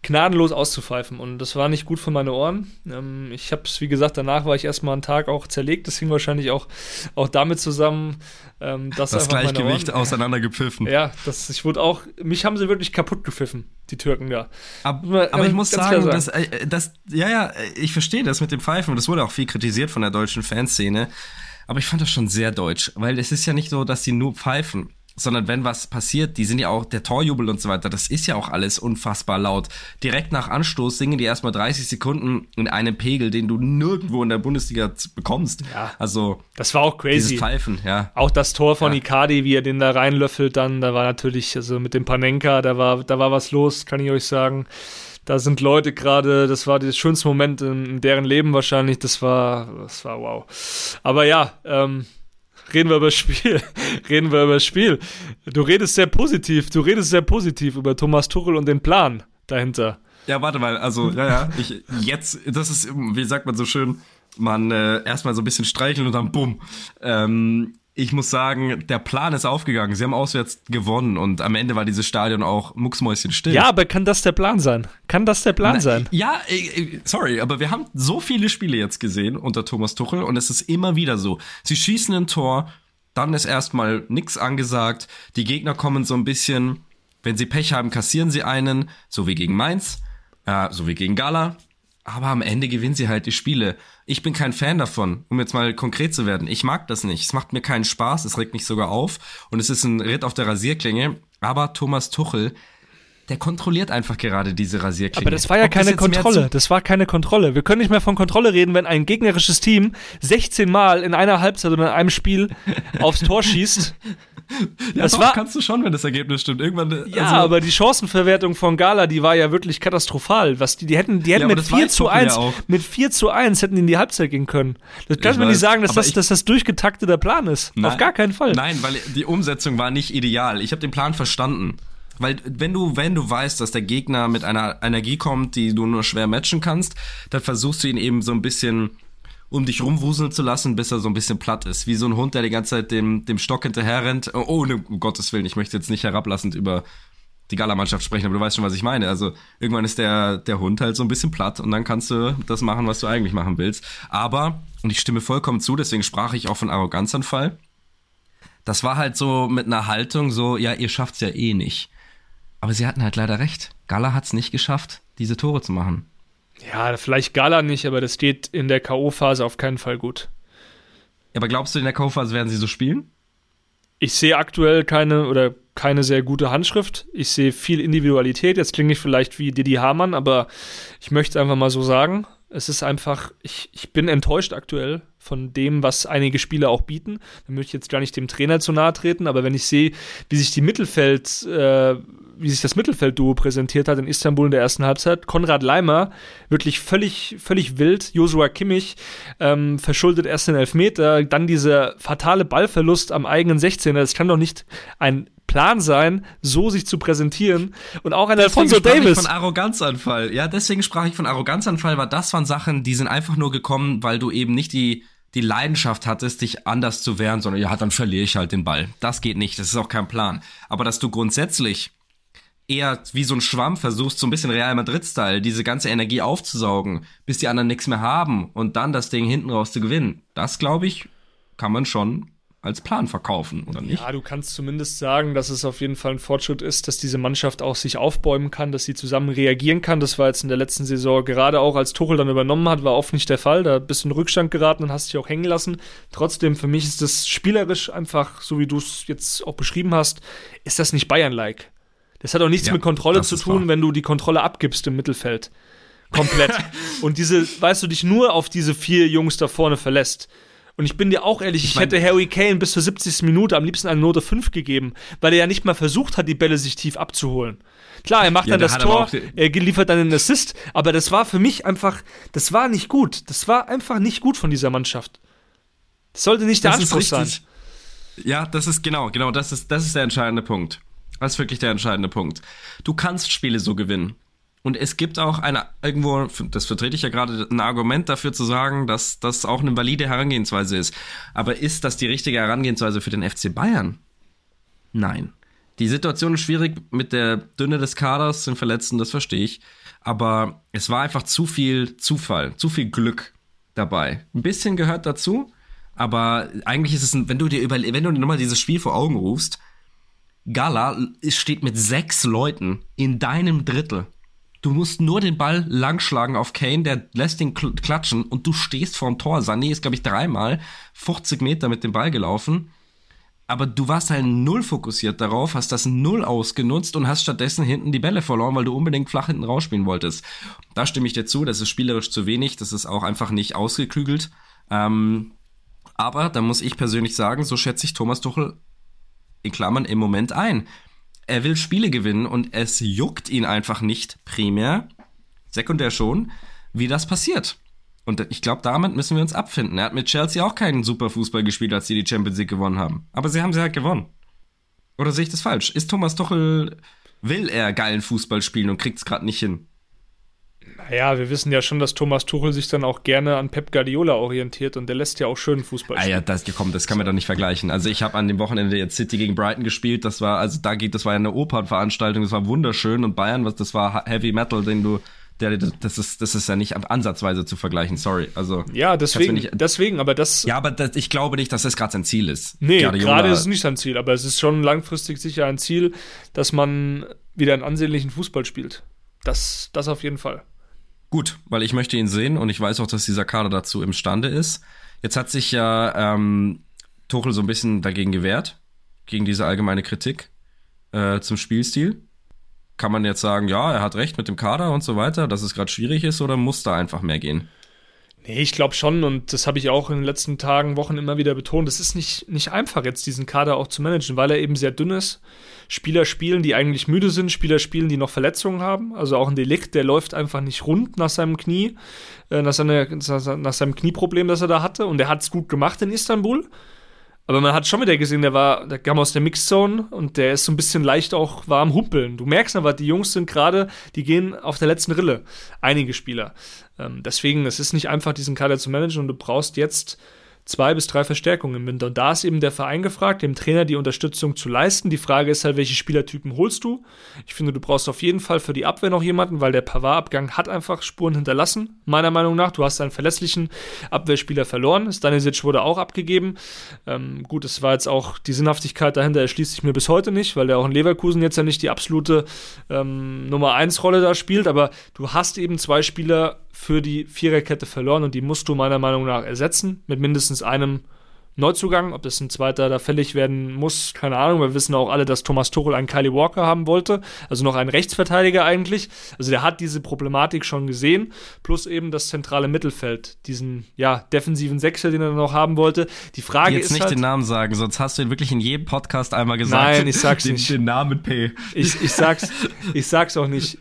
gnadenlos auszupfeifen. Und das war nicht gut für meine Ohren. Ich habe es, wie gesagt, danach war ich erstmal einen Tag auch zerlegt. Das hing wahrscheinlich auch damit zusammen, dass das Gleichgewicht auseinandergepfiffen. Ja, mich haben sie wirklich kaputt gepfiffen, die Türken da. Aber ich muss sagen, ich verstehe das mit dem Pfeifen. Das wurde auch viel kritisiert von der deutschen Fanszene. Aber ich fand das schon sehr deutsch, weil es ist ja nicht so, dass sie nur pfeifen, sondern wenn was passiert, die sind ja auch, der Torjubel und so weiter, das ist ja auch alles unfassbar laut. Direkt nach Anstoß singen die erstmal 30 Sekunden in einem Pegel, den du nirgendwo in der Bundesliga bekommst. Ja, also das war auch crazy. Dieses Pfeifen, ja. Auch das Tor von Icardi, wie er den da reinlöffelt dann, da war natürlich, also mit dem Panenka, da war was los, kann ich euch sagen. Da sind Leute gerade, das war das schönste Moment in deren Leben wahrscheinlich, das war wow. Aber ja, reden wir über das Spiel. Du redest sehr positiv über Thomas Tuchel und den Plan dahinter. Ja, warte mal, also, das ist, wie sagt man so schön, man erstmal so ein bisschen streicheln und dann bumm. Ich muss sagen, der Plan ist aufgegangen. Sie haben auswärts gewonnen und am Ende war dieses Stadion auch mucksmäuschenstill. Ja, aber kann das der Plan sein? Sein? Ja, sorry, aber wir haben so viele Spiele jetzt gesehen unter Thomas Tuchel und es ist immer wieder so. Sie schießen ein Tor, dann ist erstmal nix angesagt. Die Gegner kommen so ein bisschen, wenn sie Pech haben, kassieren sie einen, so wie gegen Mainz, so wie gegen Gala. Aber am Ende gewinnen sie halt die Spiele. Ich bin kein Fan davon, um jetzt mal konkret zu werden. Ich mag das nicht. Es macht mir keinen Spaß, es regt mich sogar auf. Und es ist ein Ritt auf der Rasierklinge. Aber Thomas Tuchel, der kontrolliert einfach gerade diese Rasierklinge. Aber das war ja keine Kontrolle. Das war keine Kontrolle. Wir können nicht mehr von Kontrolle reden, wenn ein gegnerisches Team 16 Mal in einer Halbzeit oder in einem Spiel aufs Tor schießt. Ja, das kannst du schon, wenn das Ergebnis stimmt. Irgendwann. Ja, also, aber die Chancenverwertung von Gala, die war ja wirklich katastrophal. Die hätten mit 4:1 hätten die in die Halbzeit gehen können. Das kannst du mir nicht sagen, dass das durchgetakte der Plan ist. Nein, auf gar keinen Fall. Nein, weil die Umsetzung war nicht ideal. Ich habe den Plan verstanden. Weil wenn du weißt, dass der Gegner mit einer Energie kommt, die du nur schwer matchen kannst, dann versuchst du ihn eben so ein bisschen um dich rumwuseln zu lassen, bis er so ein bisschen platt ist. Wie so ein Hund, der die ganze Zeit dem Stock hinterher rennt. Oh, um Gottes Willen, ich möchte jetzt nicht herablassend über die Gala-Mannschaft sprechen, aber du weißt schon, was ich meine. Also irgendwann ist der Hund halt so ein bisschen platt und dann kannst du das machen, was du eigentlich machen willst. Aber, und ich stimme vollkommen zu, deswegen sprach ich auch von Arroganzanfall, das war halt so mit einer Haltung so, ja, ihr schafft's ja eh nicht. Aber sie hatten halt leider recht. Gala hat's nicht geschafft, diese Tore zu machen. Ja, vielleicht Gala nicht, aber das geht in der K.O.-Phase auf keinen Fall gut. Ja, aber glaubst du, in der K.O.-Phase werden sie so spielen? Ich sehe aktuell keine sehr gute Handschrift. Ich sehe viel Individualität. Jetzt klinge ich vielleicht wie Didi Hamann, aber ich möchte es einfach mal so sagen. Es ist einfach, ich bin enttäuscht aktuell von dem, was einige Spieler auch bieten. Da möchte ich jetzt gar nicht dem Trainer zu nahe treten, aber wenn ich sehe, wie sich das Mittelfeldduo präsentiert hat in Istanbul in der ersten Halbzeit, Konrad Laimer, wirklich völlig wild, Joshua Kimmich verschuldet erst den Elfmeter, dann dieser fatale Ballverlust am eigenen 16er, das kann doch nicht ein Plan sein, so sich zu präsentieren. Und auch ein Alphonso Davies. Von Arroganzanfall. Ja, deswegen sprach ich von Arroganzanfall, weil das waren Sachen, die sind einfach nur gekommen, weil du eben nicht die Leidenschaft hattest, dich anders zu wehren, sondern ja, dann verliere ich halt den Ball. Das geht nicht, das ist auch kein Plan. Aber dass du grundsätzlich eher wie so ein Schwamm versuchst, so ein bisschen Real Madrid-Style, diese ganze Energie aufzusaugen, bis die anderen nichts mehr haben und dann das Ding hinten raus zu gewinnen, das, glaube ich, kann man schon als Plan verkaufen, oder nicht? Ja, du kannst zumindest sagen, dass es auf jeden Fall ein Fortschritt ist, dass diese Mannschaft auch sich aufbäumen kann, dass sie zusammen reagieren kann. Das war jetzt in der letzten Saison, gerade auch als Tuchel dann übernommen hat, war oft nicht der Fall. Da bist du in Rückstand geraten und hast dich auch hängen lassen. Trotzdem, für mich ist das spielerisch einfach, so wie du es jetzt auch beschrieben hast, ist das nicht Bayern-like. Das hat auch nichts mit Kontrolle zu tun, wenn du die Kontrolle abgibst im Mittelfeld. Komplett. Und dich nur auf diese 4 Jungs da vorne verlässt. Und ich bin dir auch ehrlich, ich hätte Harry Kane bis zur 70. Minute am liebsten eine Note 5 gegeben, weil er ja nicht mal versucht hat, die Bälle sich tief abzuholen. Klar, er macht dann das Tor, er liefert dann den Assist, aber das war für mich einfach, das war nicht gut. Das war einfach nicht gut von dieser Mannschaft. Das sollte nicht der Anspruch sein. Ja, das ist genau, das ist der entscheidende Punkt. Das ist wirklich der entscheidende Punkt. Du kannst Spiele so gewinnen. Und es gibt auch irgendwo, das vertrete ich ja gerade, ein Argument dafür zu sagen, dass das auch eine valide Herangehensweise ist. Aber ist das die richtige Herangehensweise für den FC Bayern? Nein. Die Situation ist schwierig mit der Dünne des Kaders, den Verletzten, das verstehe ich. Aber es war einfach zu viel Zufall, zu viel Glück dabei. Ein bisschen gehört dazu, aber eigentlich ist es, wenn du dir nochmal dieses Spiel vor Augen rufst, Gala steht mit 6 Leuten in deinem Drittel. Du musst nur den Ball langschlagen auf Kane, der lässt ihn klatschen und du stehst vorm Tor. Sané ist, glaube ich, 3-mal 50 Meter mit dem Ball gelaufen. Aber du warst halt null fokussiert darauf, hast das null ausgenutzt und hast stattdessen hinten die Bälle verloren, weil du unbedingt flach hinten rausspielen wolltest. Da stimme ich dir zu, das ist spielerisch zu wenig, das ist auch einfach nicht ausgeklügelt. Aber da muss ich persönlich sagen, so schätze ich Thomas Tuchel in Klammern im Moment ein. Er will Spiele gewinnen und es juckt ihn einfach nicht primär, sekundär schon, wie das passiert. Und ich glaube, damit müssen wir uns abfinden. Er hat mit Chelsea auch keinen super Fußball gespielt, als sie die Champions League gewonnen haben. Aber sie haben sie halt gewonnen. Oder sehe ich das falsch? Ist Thomas Tuchel, will er geilen Fußball spielen und kriegt es gerade nicht hin? Naja, wir wissen ja schon, dass Thomas Tuchel sich dann auch gerne an Pep Guardiola orientiert und der lässt ja auch schön Fußball spielen. Ah ja, das kann man doch nicht vergleichen. Also ich habe an dem Wochenende jetzt City gegen Brighton gespielt, das war ja eine Opernveranstaltung, das war wunderschön und Bayern, das war Heavy Metal, das ist ja nicht ansatzweise zu vergleichen, sorry. Also ja, deswegen, aber das... Ja, aber ich glaube nicht, dass das gerade sein Ziel ist. Nee, gerade ist es nicht sein Ziel, aber es ist schon langfristig sicher ein Ziel, dass man wieder einen ansehnlichen Fußball spielt. Das auf jeden Fall. Gut, weil ich möchte ihn sehen und ich weiß auch, dass dieser Kader dazu imstande ist. Jetzt hat sich ja Tuchel so ein bisschen dagegen gewehrt, gegen diese allgemeine Kritik zum Spielstil. Kann man jetzt sagen, ja, er hat recht mit dem Kader und so weiter, dass es gerade schwierig ist, oder muss da einfach mehr gehen? Nee, ich glaube schon, und das habe ich auch in den letzten Tagen, Wochen immer wieder betont, es ist nicht einfach jetzt, diesen Kader auch zu managen, weil er eben sehr dünn ist. Spieler spielen, die eigentlich müde sind, Spieler spielen, die noch Verletzungen haben, also auch ein Delikt, der läuft einfach nicht rund nach seinem Knie, nach seinem Knieproblem, das er da hatte, und er hat es gut gemacht in Istanbul. Aber man hat schon wieder gesehen, der kam aus der Mixzone und der ist so ein bisschen leicht auch warm humpeln. Du merkst aber, die Jungs sind gerade, die gehen auf der letzten Rille. Einige Spieler. Deswegen, es ist nicht einfach, diesen Kader zu managen und du brauchst jetzt 2 bis 3 Verstärkungen im Winter. Und da ist eben der Verein gefragt, dem Trainer die Unterstützung zu leisten. Die Frage ist halt, welche Spielertypen holst du? Ich finde, du brauchst auf jeden Fall für die Abwehr noch jemanden, weil der Pavard-Abgang hat einfach Spuren hinterlassen, meiner Meinung nach. Du hast einen verlässlichen Abwehrspieler verloren. Stanisic wurde auch abgegeben. Gut, es war jetzt auch die Sinnhaftigkeit dahinter, erschließt sich mir bis heute nicht, weil der auch in Leverkusen jetzt ja nicht die absolute Nummer-1-Rolle da spielt. Aber du hast eben 2 Spieler für die Viererkette verloren und die musst du meiner Meinung nach ersetzen mit mindestens einem Neuzugang. Ob das ein zweiter da fällig werden muss, keine Ahnung. Wir wissen auch alle, dass Thomas Tuchel einen Kylie Walker haben wollte, also noch einen Rechtsverteidiger eigentlich. Also der hat diese Problematik schon gesehen, plus eben das zentrale Mittelfeld, diesen defensiven Sechser, den er noch haben wollte. Die Frage jetzt ist nicht halt, den Namen sagen, sonst hast du ihn wirklich in jedem Podcast einmal gesagt. Nein, ich sag's nicht. Den Namen mit P. Ich sag's auch nicht.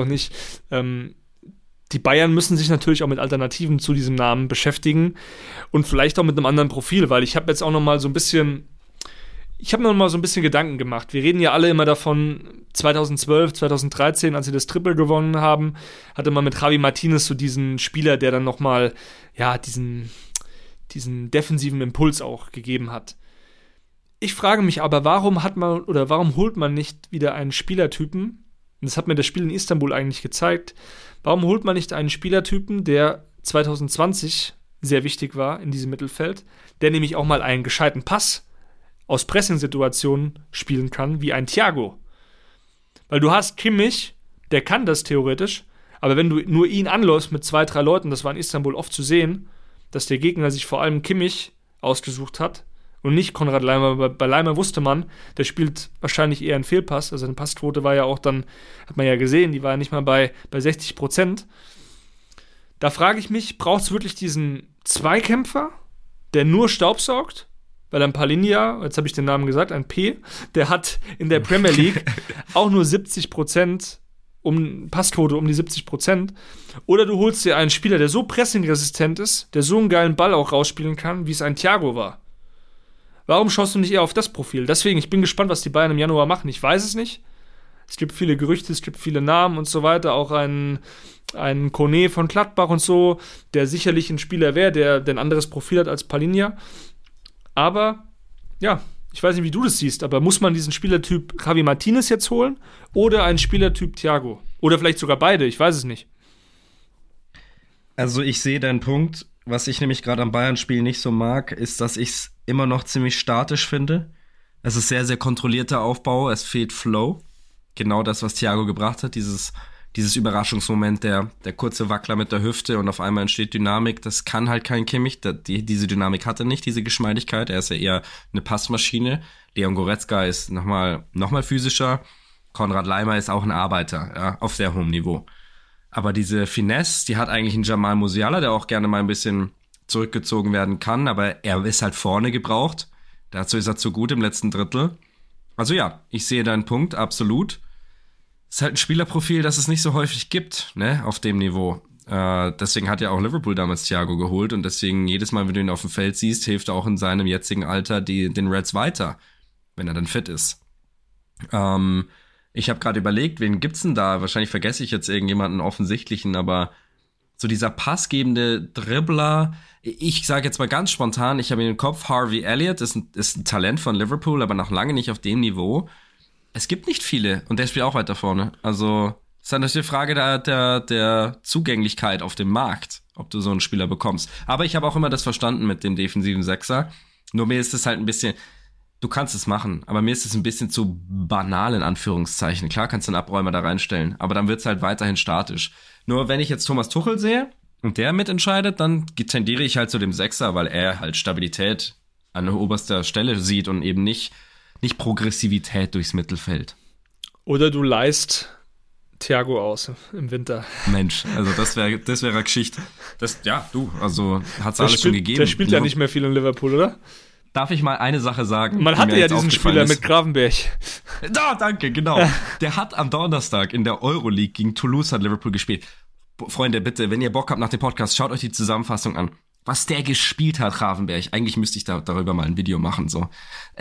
Die Bayern müssen sich natürlich auch mit Alternativen zu diesem Namen beschäftigen und vielleicht auch mit einem anderen Profil, weil ich habe jetzt auch noch mal so ein bisschen Gedanken gemacht. Wir reden ja alle immer davon, 2012, 2013, als sie das Triple gewonnen haben, hatte man mit Javi Martinez so diesen Spieler, der dann noch mal diesen defensiven Impuls auch gegeben hat. Ich frage mich aber, warum holt man nicht wieder einen Spielertypen? Und das hat mir das Spiel in Istanbul eigentlich gezeigt. Warum holt man nicht einen Spielertypen, der 2020 sehr wichtig war in diesem Mittelfeld, der nämlich auch mal einen gescheiten Pass aus Pressing-Situationen spielen kann, wie ein Thiago? Weil du hast Kimmich, der kann das theoretisch, aber wenn du nur ihn anläufst mit 2, 3 Leuten, das war in Istanbul oft zu sehen, dass der Gegner sich vor allem Kimmich ausgesucht hat und nicht Konrad Laimer. Bei Laimer wusste man, der spielt wahrscheinlich eher einen Fehlpass. Also eine Passquote war ja auch dann, hat man ja gesehen, die war ja nicht mal bei 60%. Da frage ich mich, braucht es wirklich diesen Zweikämpfer, der nur Staubsaugt? Weil ein Palinja, jetzt habe ich den Namen gesagt, ein P, der hat in der Premier League auch nur 70%, Passquote um die 70%. Oder du holst dir einen Spieler, der so pressingresistent ist, der so einen geilen Ball auch rausspielen kann, wie es ein Thiago war. Warum schaust du nicht eher auf das Profil? Deswegen, ich bin gespannt, was die Bayern im Januar machen. Ich weiß es nicht. Es gibt viele Gerüchte, es gibt viele Namen und so weiter. Auch ein Kone von Gladbach und so, der sicherlich ein Spieler wäre, der ein anderes Profil hat als Palinja. Aber, Ich weiß nicht, wie du das siehst, aber muss man diesen Spielertyp Javi Martinez jetzt holen oder einen Spielertyp Thiago? Oder vielleicht sogar beide, ich weiß es nicht. Also ich sehe deinen Punkt. Was ich nämlich gerade am Bayern-Spiel nicht so mag, ist, dass ich es immer noch ziemlich statisch finde. Es ist sehr, sehr kontrollierter Aufbau, es fehlt Flow. Genau das, was Thiago gebracht hat, dieses Überraschungsmoment, der kurze Wackler mit der Hüfte und auf einmal entsteht Dynamik. Das kann halt kein Kimmich. Diese Dynamik hat er nicht, diese Geschmeidigkeit. Er ist ja eher eine Passmaschine. Leon Goretzka ist noch mal physischer. Konrad Laimer ist auch ein Arbeiter, ja, auf sehr hohem Niveau. Aber diese Finesse, die hat eigentlich ein Jamal Musiala, der auch gerne mal ein bisschen zurückgezogen werden kann, aber er ist halt vorne gebraucht. Dazu ist er zu gut im letzten Drittel. Also ja, ich sehe deinen Punkt, absolut. Ist halt ein Spielerprofil, das es nicht so häufig gibt, ne, auf dem Niveau. Deswegen hat ja auch Liverpool damals Thiago geholt und deswegen jedes Mal, wenn du ihn auf dem Feld siehst, hilft er auch in seinem jetzigen Alter den Reds weiter, wenn er dann fit ist. Ich habe gerade überlegt, wen gibt's denn da? Wahrscheinlich vergesse ich jetzt irgendjemanden offensichtlichen, aber so dieser passgebende Dribbler, ich sage jetzt mal ganz spontan, ich habe in den Kopf, Harvey Elliott ist ein Talent von Liverpool, aber noch lange nicht auf dem Niveau. Es gibt nicht viele und der spielt auch weiter vorne. Also es ist dann natürlich eine Frage der Zugänglichkeit auf dem Markt, ob du so einen Spieler bekommst. Aber ich habe auch immer das verstanden mit dem defensiven Sechser. Nur mir ist es halt ein bisschen... Du kannst es machen, aber mir ist es ein bisschen zu banal in Anführungszeichen. Klar kannst du einen Abräumer da reinstellen, aber dann wird es halt weiterhin statisch. Nur wenn ich jetzt Thomas Tuchel sehe und der mitentscheidet, dann tendiere ich halt zu dem Sechser, weil er halt Stabilität an oberster Stelle sieht und eben nicht Progressivität durchs Mittelfeld. Oder du leihst Thiago aus im Winter. Mensch, also das wäre Geschichte. Also hat's alles schon gegeben. Der spielt ja nicht mehr viel in Liverpool, oder? Darf ich mal eine Sache sagen? Man hatte ja diesen Spieler mit Gravenberg. Da, danke, genau. Der hat am Donnerstag in der Euroleague gegen Toulouse hat Liverpool gespielt. Freunde, bitte, wenn ihr Bock habt nach dem Podcast, schaut euch die Zusammenfassung an. Was der gespielt hat, Gravenberg. Eigentlich müsste ich darüber mal ein Video machen, so.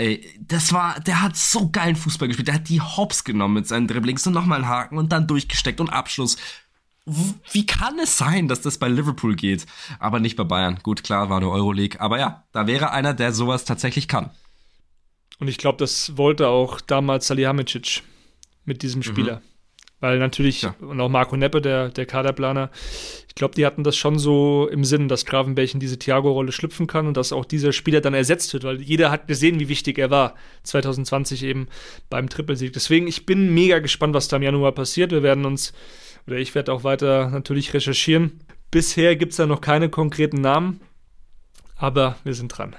Der hat so geilen Fußball gespielt. Der hat die Hops genommen mit seinen Dribblings und nochmal einen Haken und dann durchgesteckt und Abschluss. Wie kann es sein, dass das bei Liverpool geht, aber nicht bei Bayern? Gut, klar, war eine Euroleague, aber ja, da wäre einer, der sowas tatsächlich kann. Und ich glaube, das wollte auch damals Salihamidzic mit diesem Spieler. Weil natürlich, und auch Marco Neppe, der Kaderplaner, ich glaube, die hatten das schon so im Sinn, dass Gravenberch in diese Thiago-Rolle schlüpfen kann und dass auch dieser Spieler dann ersetzt wird, weil jeder hat gesehen, wie wichtig er war, 2020 eben beim Trippelsieg. Deswegen, ich bin mega gespannt, was da im Januar passiert. Ich werde auch weiter natürlich recherchieren. Bisher gibt es da noch keine konkreten Namen, aber wir sind dran.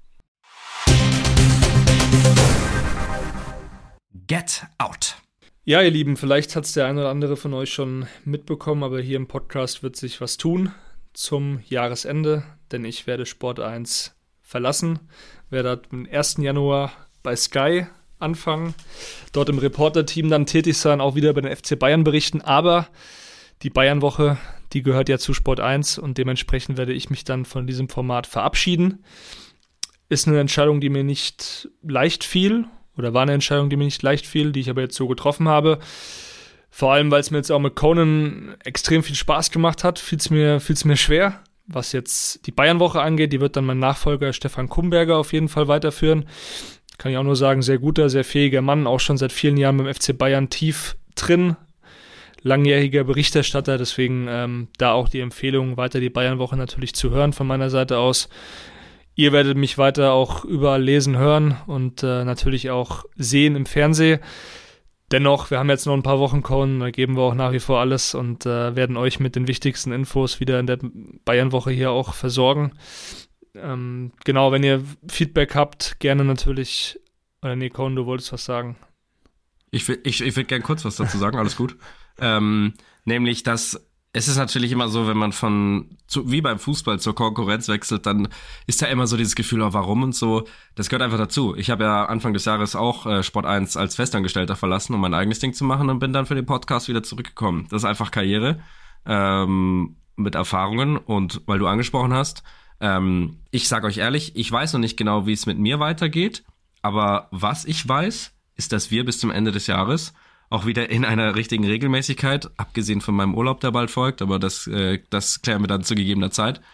Get Out. Ja, ihr Lieben, vielleicht hat es der eine oder andere von euch schon mitbekommen, aber hier im Podcast wird sich was tun zum Jahresende, denn ich werde Sport 1 verlassen, werde am 1. Januar bei Sky anfangen, dort im Reporter-Team dann tätig sein, auch wieder über den FC Bayern berichten, aber die Bayern-Woche, die gehört ja zu Sport 1 und dementsprechend werde ich mich dann von diesem Format verabschieden. Ist eine Entscheidung, die mir nicht leicht fiel, oder war eine Entscheidung, die mir nicht leicht fiel, die ich aber jetzt so getroffen habe. Vor allem, weil es mir jetzt auch mit Conan extrem viel Spaß gemacht hat, fiel es mir schwer. Was jetzt die Bayern-Woche angeht, die wird dann mein Nachfolger Stefan Kumberger auf jeden Fall weiterführen. Kann ich auch nur sagen, sehr guter, sehr fähiger Mann, auch schon seit vielen Jahren beim FC Bayern tief drin. Langjähriger Berichterstatter, deswegen da auch die Empfehlung, weiter die Bayern-Woche natürlich zu hören von meiner Seite aus. Ihr werdet mich weiter auch überall lesen, hören und natürlich auch sehen im Fernsehen. Dennoch, wir haben jetzt noch ein paar Wochen, Conan, da geben wir auch nach wie vor alles und werden euch mit den wichtigsten Infos wieder in der Bayern-Woche hier auch versorgen. Genau, wenn ihr Feedback habt, gerne natürlich. Oder nee, Conan, du wolltest was sagen. Ich würd gerne kurz was dazu sagen, alles gut. Nämlich, dass es ist natürlich immer so, wenn man wie beim Fußball zur Konkurrenz wechselt, dann ist da immer so dieses Gefühl, oh, warum und so. Das gehört einfach dazu. Ich habe ja Anfang des Jahres auch Sport 1 als Festangestellter verlassen, um mein eigenes Ding zu machen und bin dann für den Podcast wieder zurückgekommen. Das ist einfach Karriere mit Erfahrungen und weil du angesprochen hast, ich sage euch ehrlich, ich weiß noch nicht genau, wie es mit mir weitergeht, aber was ich weiß, ist, dass wir bis zum Ende des Jahres auch wieder in einer richtigen Regelmäßigkeit, abgesehen von meinem Urlaub, der bald folgt, aber das klären wir dann zu gegebener Zeit,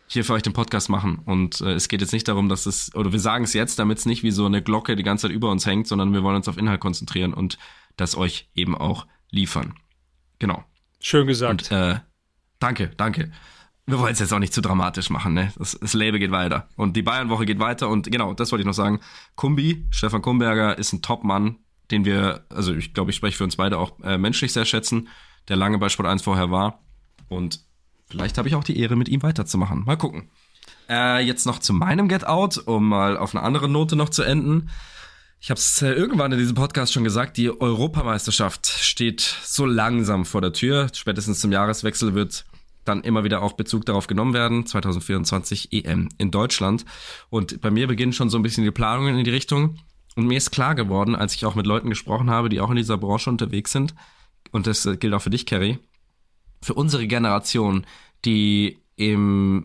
hier für euch den Podcast machen. Und es geht jetzt nicht darum, oder wir sagen es jetzt, damit es nicht wie so eine Glocke die ganze Zeit über uns hängt, sondern wir wollen uns auf Inhalt konzentrieren und das euch eben auch liefern. Genau. Schön gesagt. Und danke. Wir wollen es jetzt auch nicht zu dramatisch machen, ne? Das Leben geht weiter. Und die Bayern-Woche geht weiter. Und genau, das wollte ich noch sagen. Stefan Kumberger ist ein Top-Mann, den wir, also ich glaube, ich spreche für uns beide auch menschlich sehr schätzen, der lange bei Sport 1 vorher war. Und vielleicht habe ich auch die Ehre, mit ihm weiterzumachen. Mal gucken. Jetzt noch zu meinem Get Out, um mal auf eine andere Note noch zu enden. Ich habe es irgendwann in diesem Podcast schon gesagt, die Europameisterschaft steht so langsam vor der Tür. Spätestens zum Jahreswechsel wird dann immer wieder auch Bezug darauf genommen werden. 2024 EM in Deutschland. Und bei mir beginnen schon so ein bisschen die Planungen in die Richtung. Und mir ist klar geworden, als ich auch mit Leuten gesprochen habe, die auch in dieser Branche unterwegs sind, und das gilt auch für dich, Kerry, für unsere Generation, die im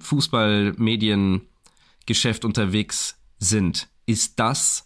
Fußball-Mediengeschäft unterwegs sind, ist das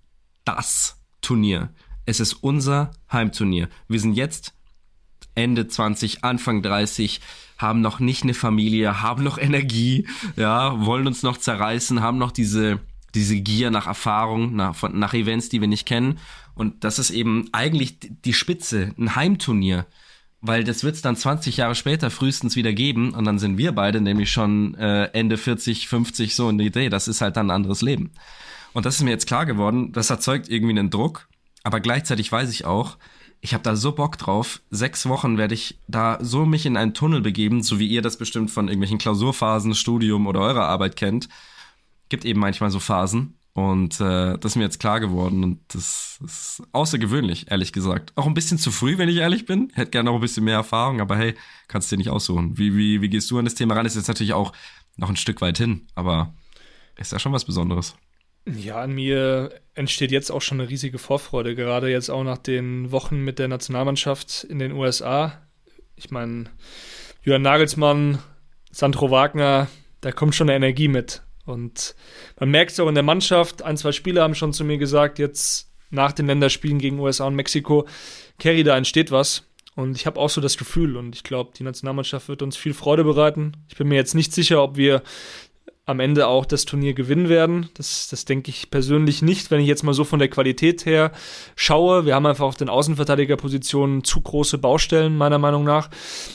Turnier. Es ist unser Heimturnier. Wir sind jetzt Ende 20, Anfang 30, haben noch nicht eine Familie, haben noch Energie, ja, wollen uns noch zerreißen, haben noch diese Gier nach Erfahrung, nach Events, die wir nicht kennen. Und das ist eben eigentlich die Spitze, ein Heimturnier. Weil das wird es dann 20 Jahre später frühestens wieder geben. Und dann sind wir beide nämlich schon Ende 40, 50 so in der Idee. Das ist halt dann ein anderes Leben. Und das ist mir jetzt klar geworden. Das erzeugt irgendwie einen Druck. Aber gleichzeitig weiß ich auch, ich habe da so Bock drauf. 6 Wochen werde ich da so mich in einen Tunnel begeben, so wie ihr das bestimmt von irgendwelchen Klausurphasen, Studium oder eurer Arbeit kennt. Gibt eben manchmal so Phasen. Und das ist mir jetzt klar geworden. Und das ist außergewöhnlich, ehrlich gesagt. Auch ein bisschen zu früh, wenn ich ehrlich bin. Hätte gerne noch ein bisschen mehr Erfahrung, aber hey, kannst dir nicht aussuchen. Wie gehst du an das Thema ran? Ist jetzt natürlich auch noch ein Stück weit hin, aber ist ja schon was Besonderes. Ja, an mir entsteht jetzt auch schon eine riesige Vorfreude, gerade jetzt auch nach den Wochen mit der Nationalmannschaft in den USA. Ich meine, Julian Nagelsmann, Sandro Wagner, da kommt schon eine Energie mit. Und man merkt es auch in der Mannschaft, 1, 2 Spieler haben schon zu mir gesagt, jetzt nach den Länderspielen gegen USA und Mexiko, Kerry, da entsteht was. Und ich habe auch so das Gefühl und ich glaube, die Nationalmannschaft wird uns viel Freude bereiten. Ich bin mir jetzt nicht sicher, ob wir am Ende auch das Turnier gewinnen werden. Das denke ich persönlich nicht, wenn ich jetzt mal so von der Qualität her schaue. Wir haben einfach auf den Außenverteidigerpositionen zu große Baustellen, meiner Meinung nach.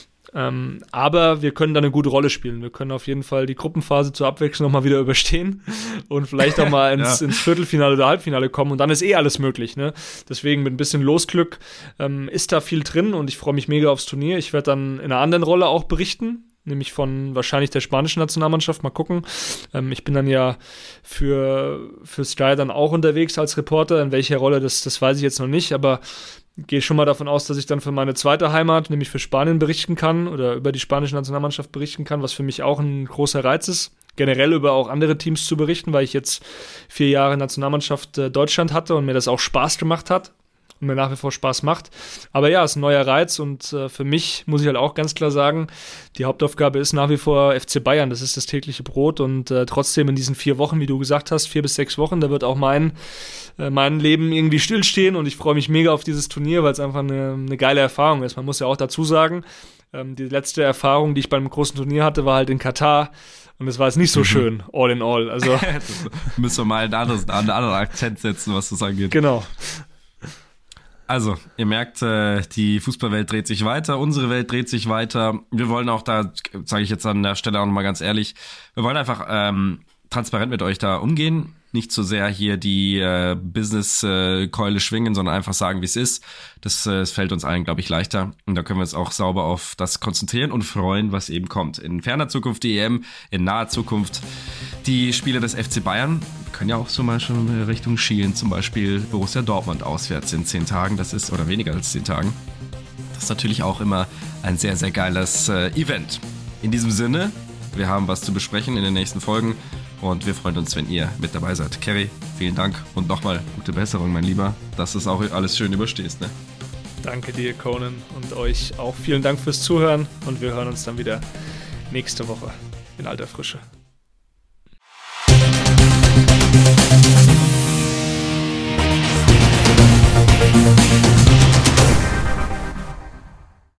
Aber wir können da eine gute Rolle spielen. Wir können auf jeden Fall die Gruppenphase zur Abwechslung nochmal wieder überstehen und vielleicht auch mal ins Viertelfinale oder Halbfinale kommen und dann ist alles möglich. Ne? Deswegen mit ein bisschen Losglück ist da viel drin und ich freue mich mega aufs Turnier. Ich werde dann in einer anderen Rolle auch berichten, nämlich von wahrscheinlich der spanischen Nationalmannschaft. Mal gucken. Ich bin dann ja für Sky dann auch unterwegs als Reporter. In welcher Rolle, das weiß ich jetzt noch nicht, aber gehe schon mal davon aus, dass ich dann für meine zweite Heimat, nämlich für Spanien, berichten kann oder über die spanische Nationalmannschaft berichten kann, was für mich auch ein großer Reiz ist. Generell über auch andere Teams zu berichten, weil ich jetzt 4 Jahre Nationalmannschaft Deutschland hatte und mir das auch Spaß gemacht hat und mir nach wie vor Spaß macht. Aber ja, es ist ein neuer Reiz und für mich muss ich halt auch ganz klar sagen, die Hauptaufgabe ist nach wie vor FC Bayern. Das ist das tägliche Brot und trotzdem in diesen 4 Wochen, wie du gesagt hast, 4 bis 6 Wochen, da wird auch mein Leben irgendwie stillstehen und ich freue mich mega auf dieses Turnier, weil es einfach eine geile Erfahrung ist. Man muss ja auch dazu sagen, die letzte Erfahrung, die ich beim großen Turnier hatte, war halt in Katar und es war jetzt nicht so schön, all in all. Also müssen wir mal einen anderen Akzent setzen, was das angeht. Genau. Also, ihr merkt, die Fußballwelt dreht sich weiter, unsere Welt dreht sich weiter. Wir wollen auch da, sage ich jetzt an der Stelle auch nochmal ganz ehrlich, wir wollen einfach transparent mit euch da umgehen. Nicht so sehr hier die Business-Keule schwingen, sondern einfach sagen, wie es ist. Das fällt uns allen, glaube ich, leichter. Und da können wir uns auch sauber auf das konzentrieren und freuen, was eben kommt. In ferner Zukunft die EM, in naher Zukunft die Spiele des FC Bayern. Wir können ja auch so mal schon in Richtung schielen, zum Beispiel Borussia Dortmund auswärts in 10 Tagen. Das ist, oder weniger als 10 Tagen. Das ist natürlich auch immer ein sehr, sehr geiles Event. In diesem Sinne, wir haben was zu besprechen in den nächsten Folgen. Und wir freuen uns, wenn ihr mit dabei seid. Kerry, vielen Dank und nochmal gute Besserung, mein Lieber, dass du es auch alles schön überstehst. Ne? Danke dir, Conan, und euch auch vielen Dank fürs Zuhören und wir hören uns dann wieder nächste Woche in alter Frische.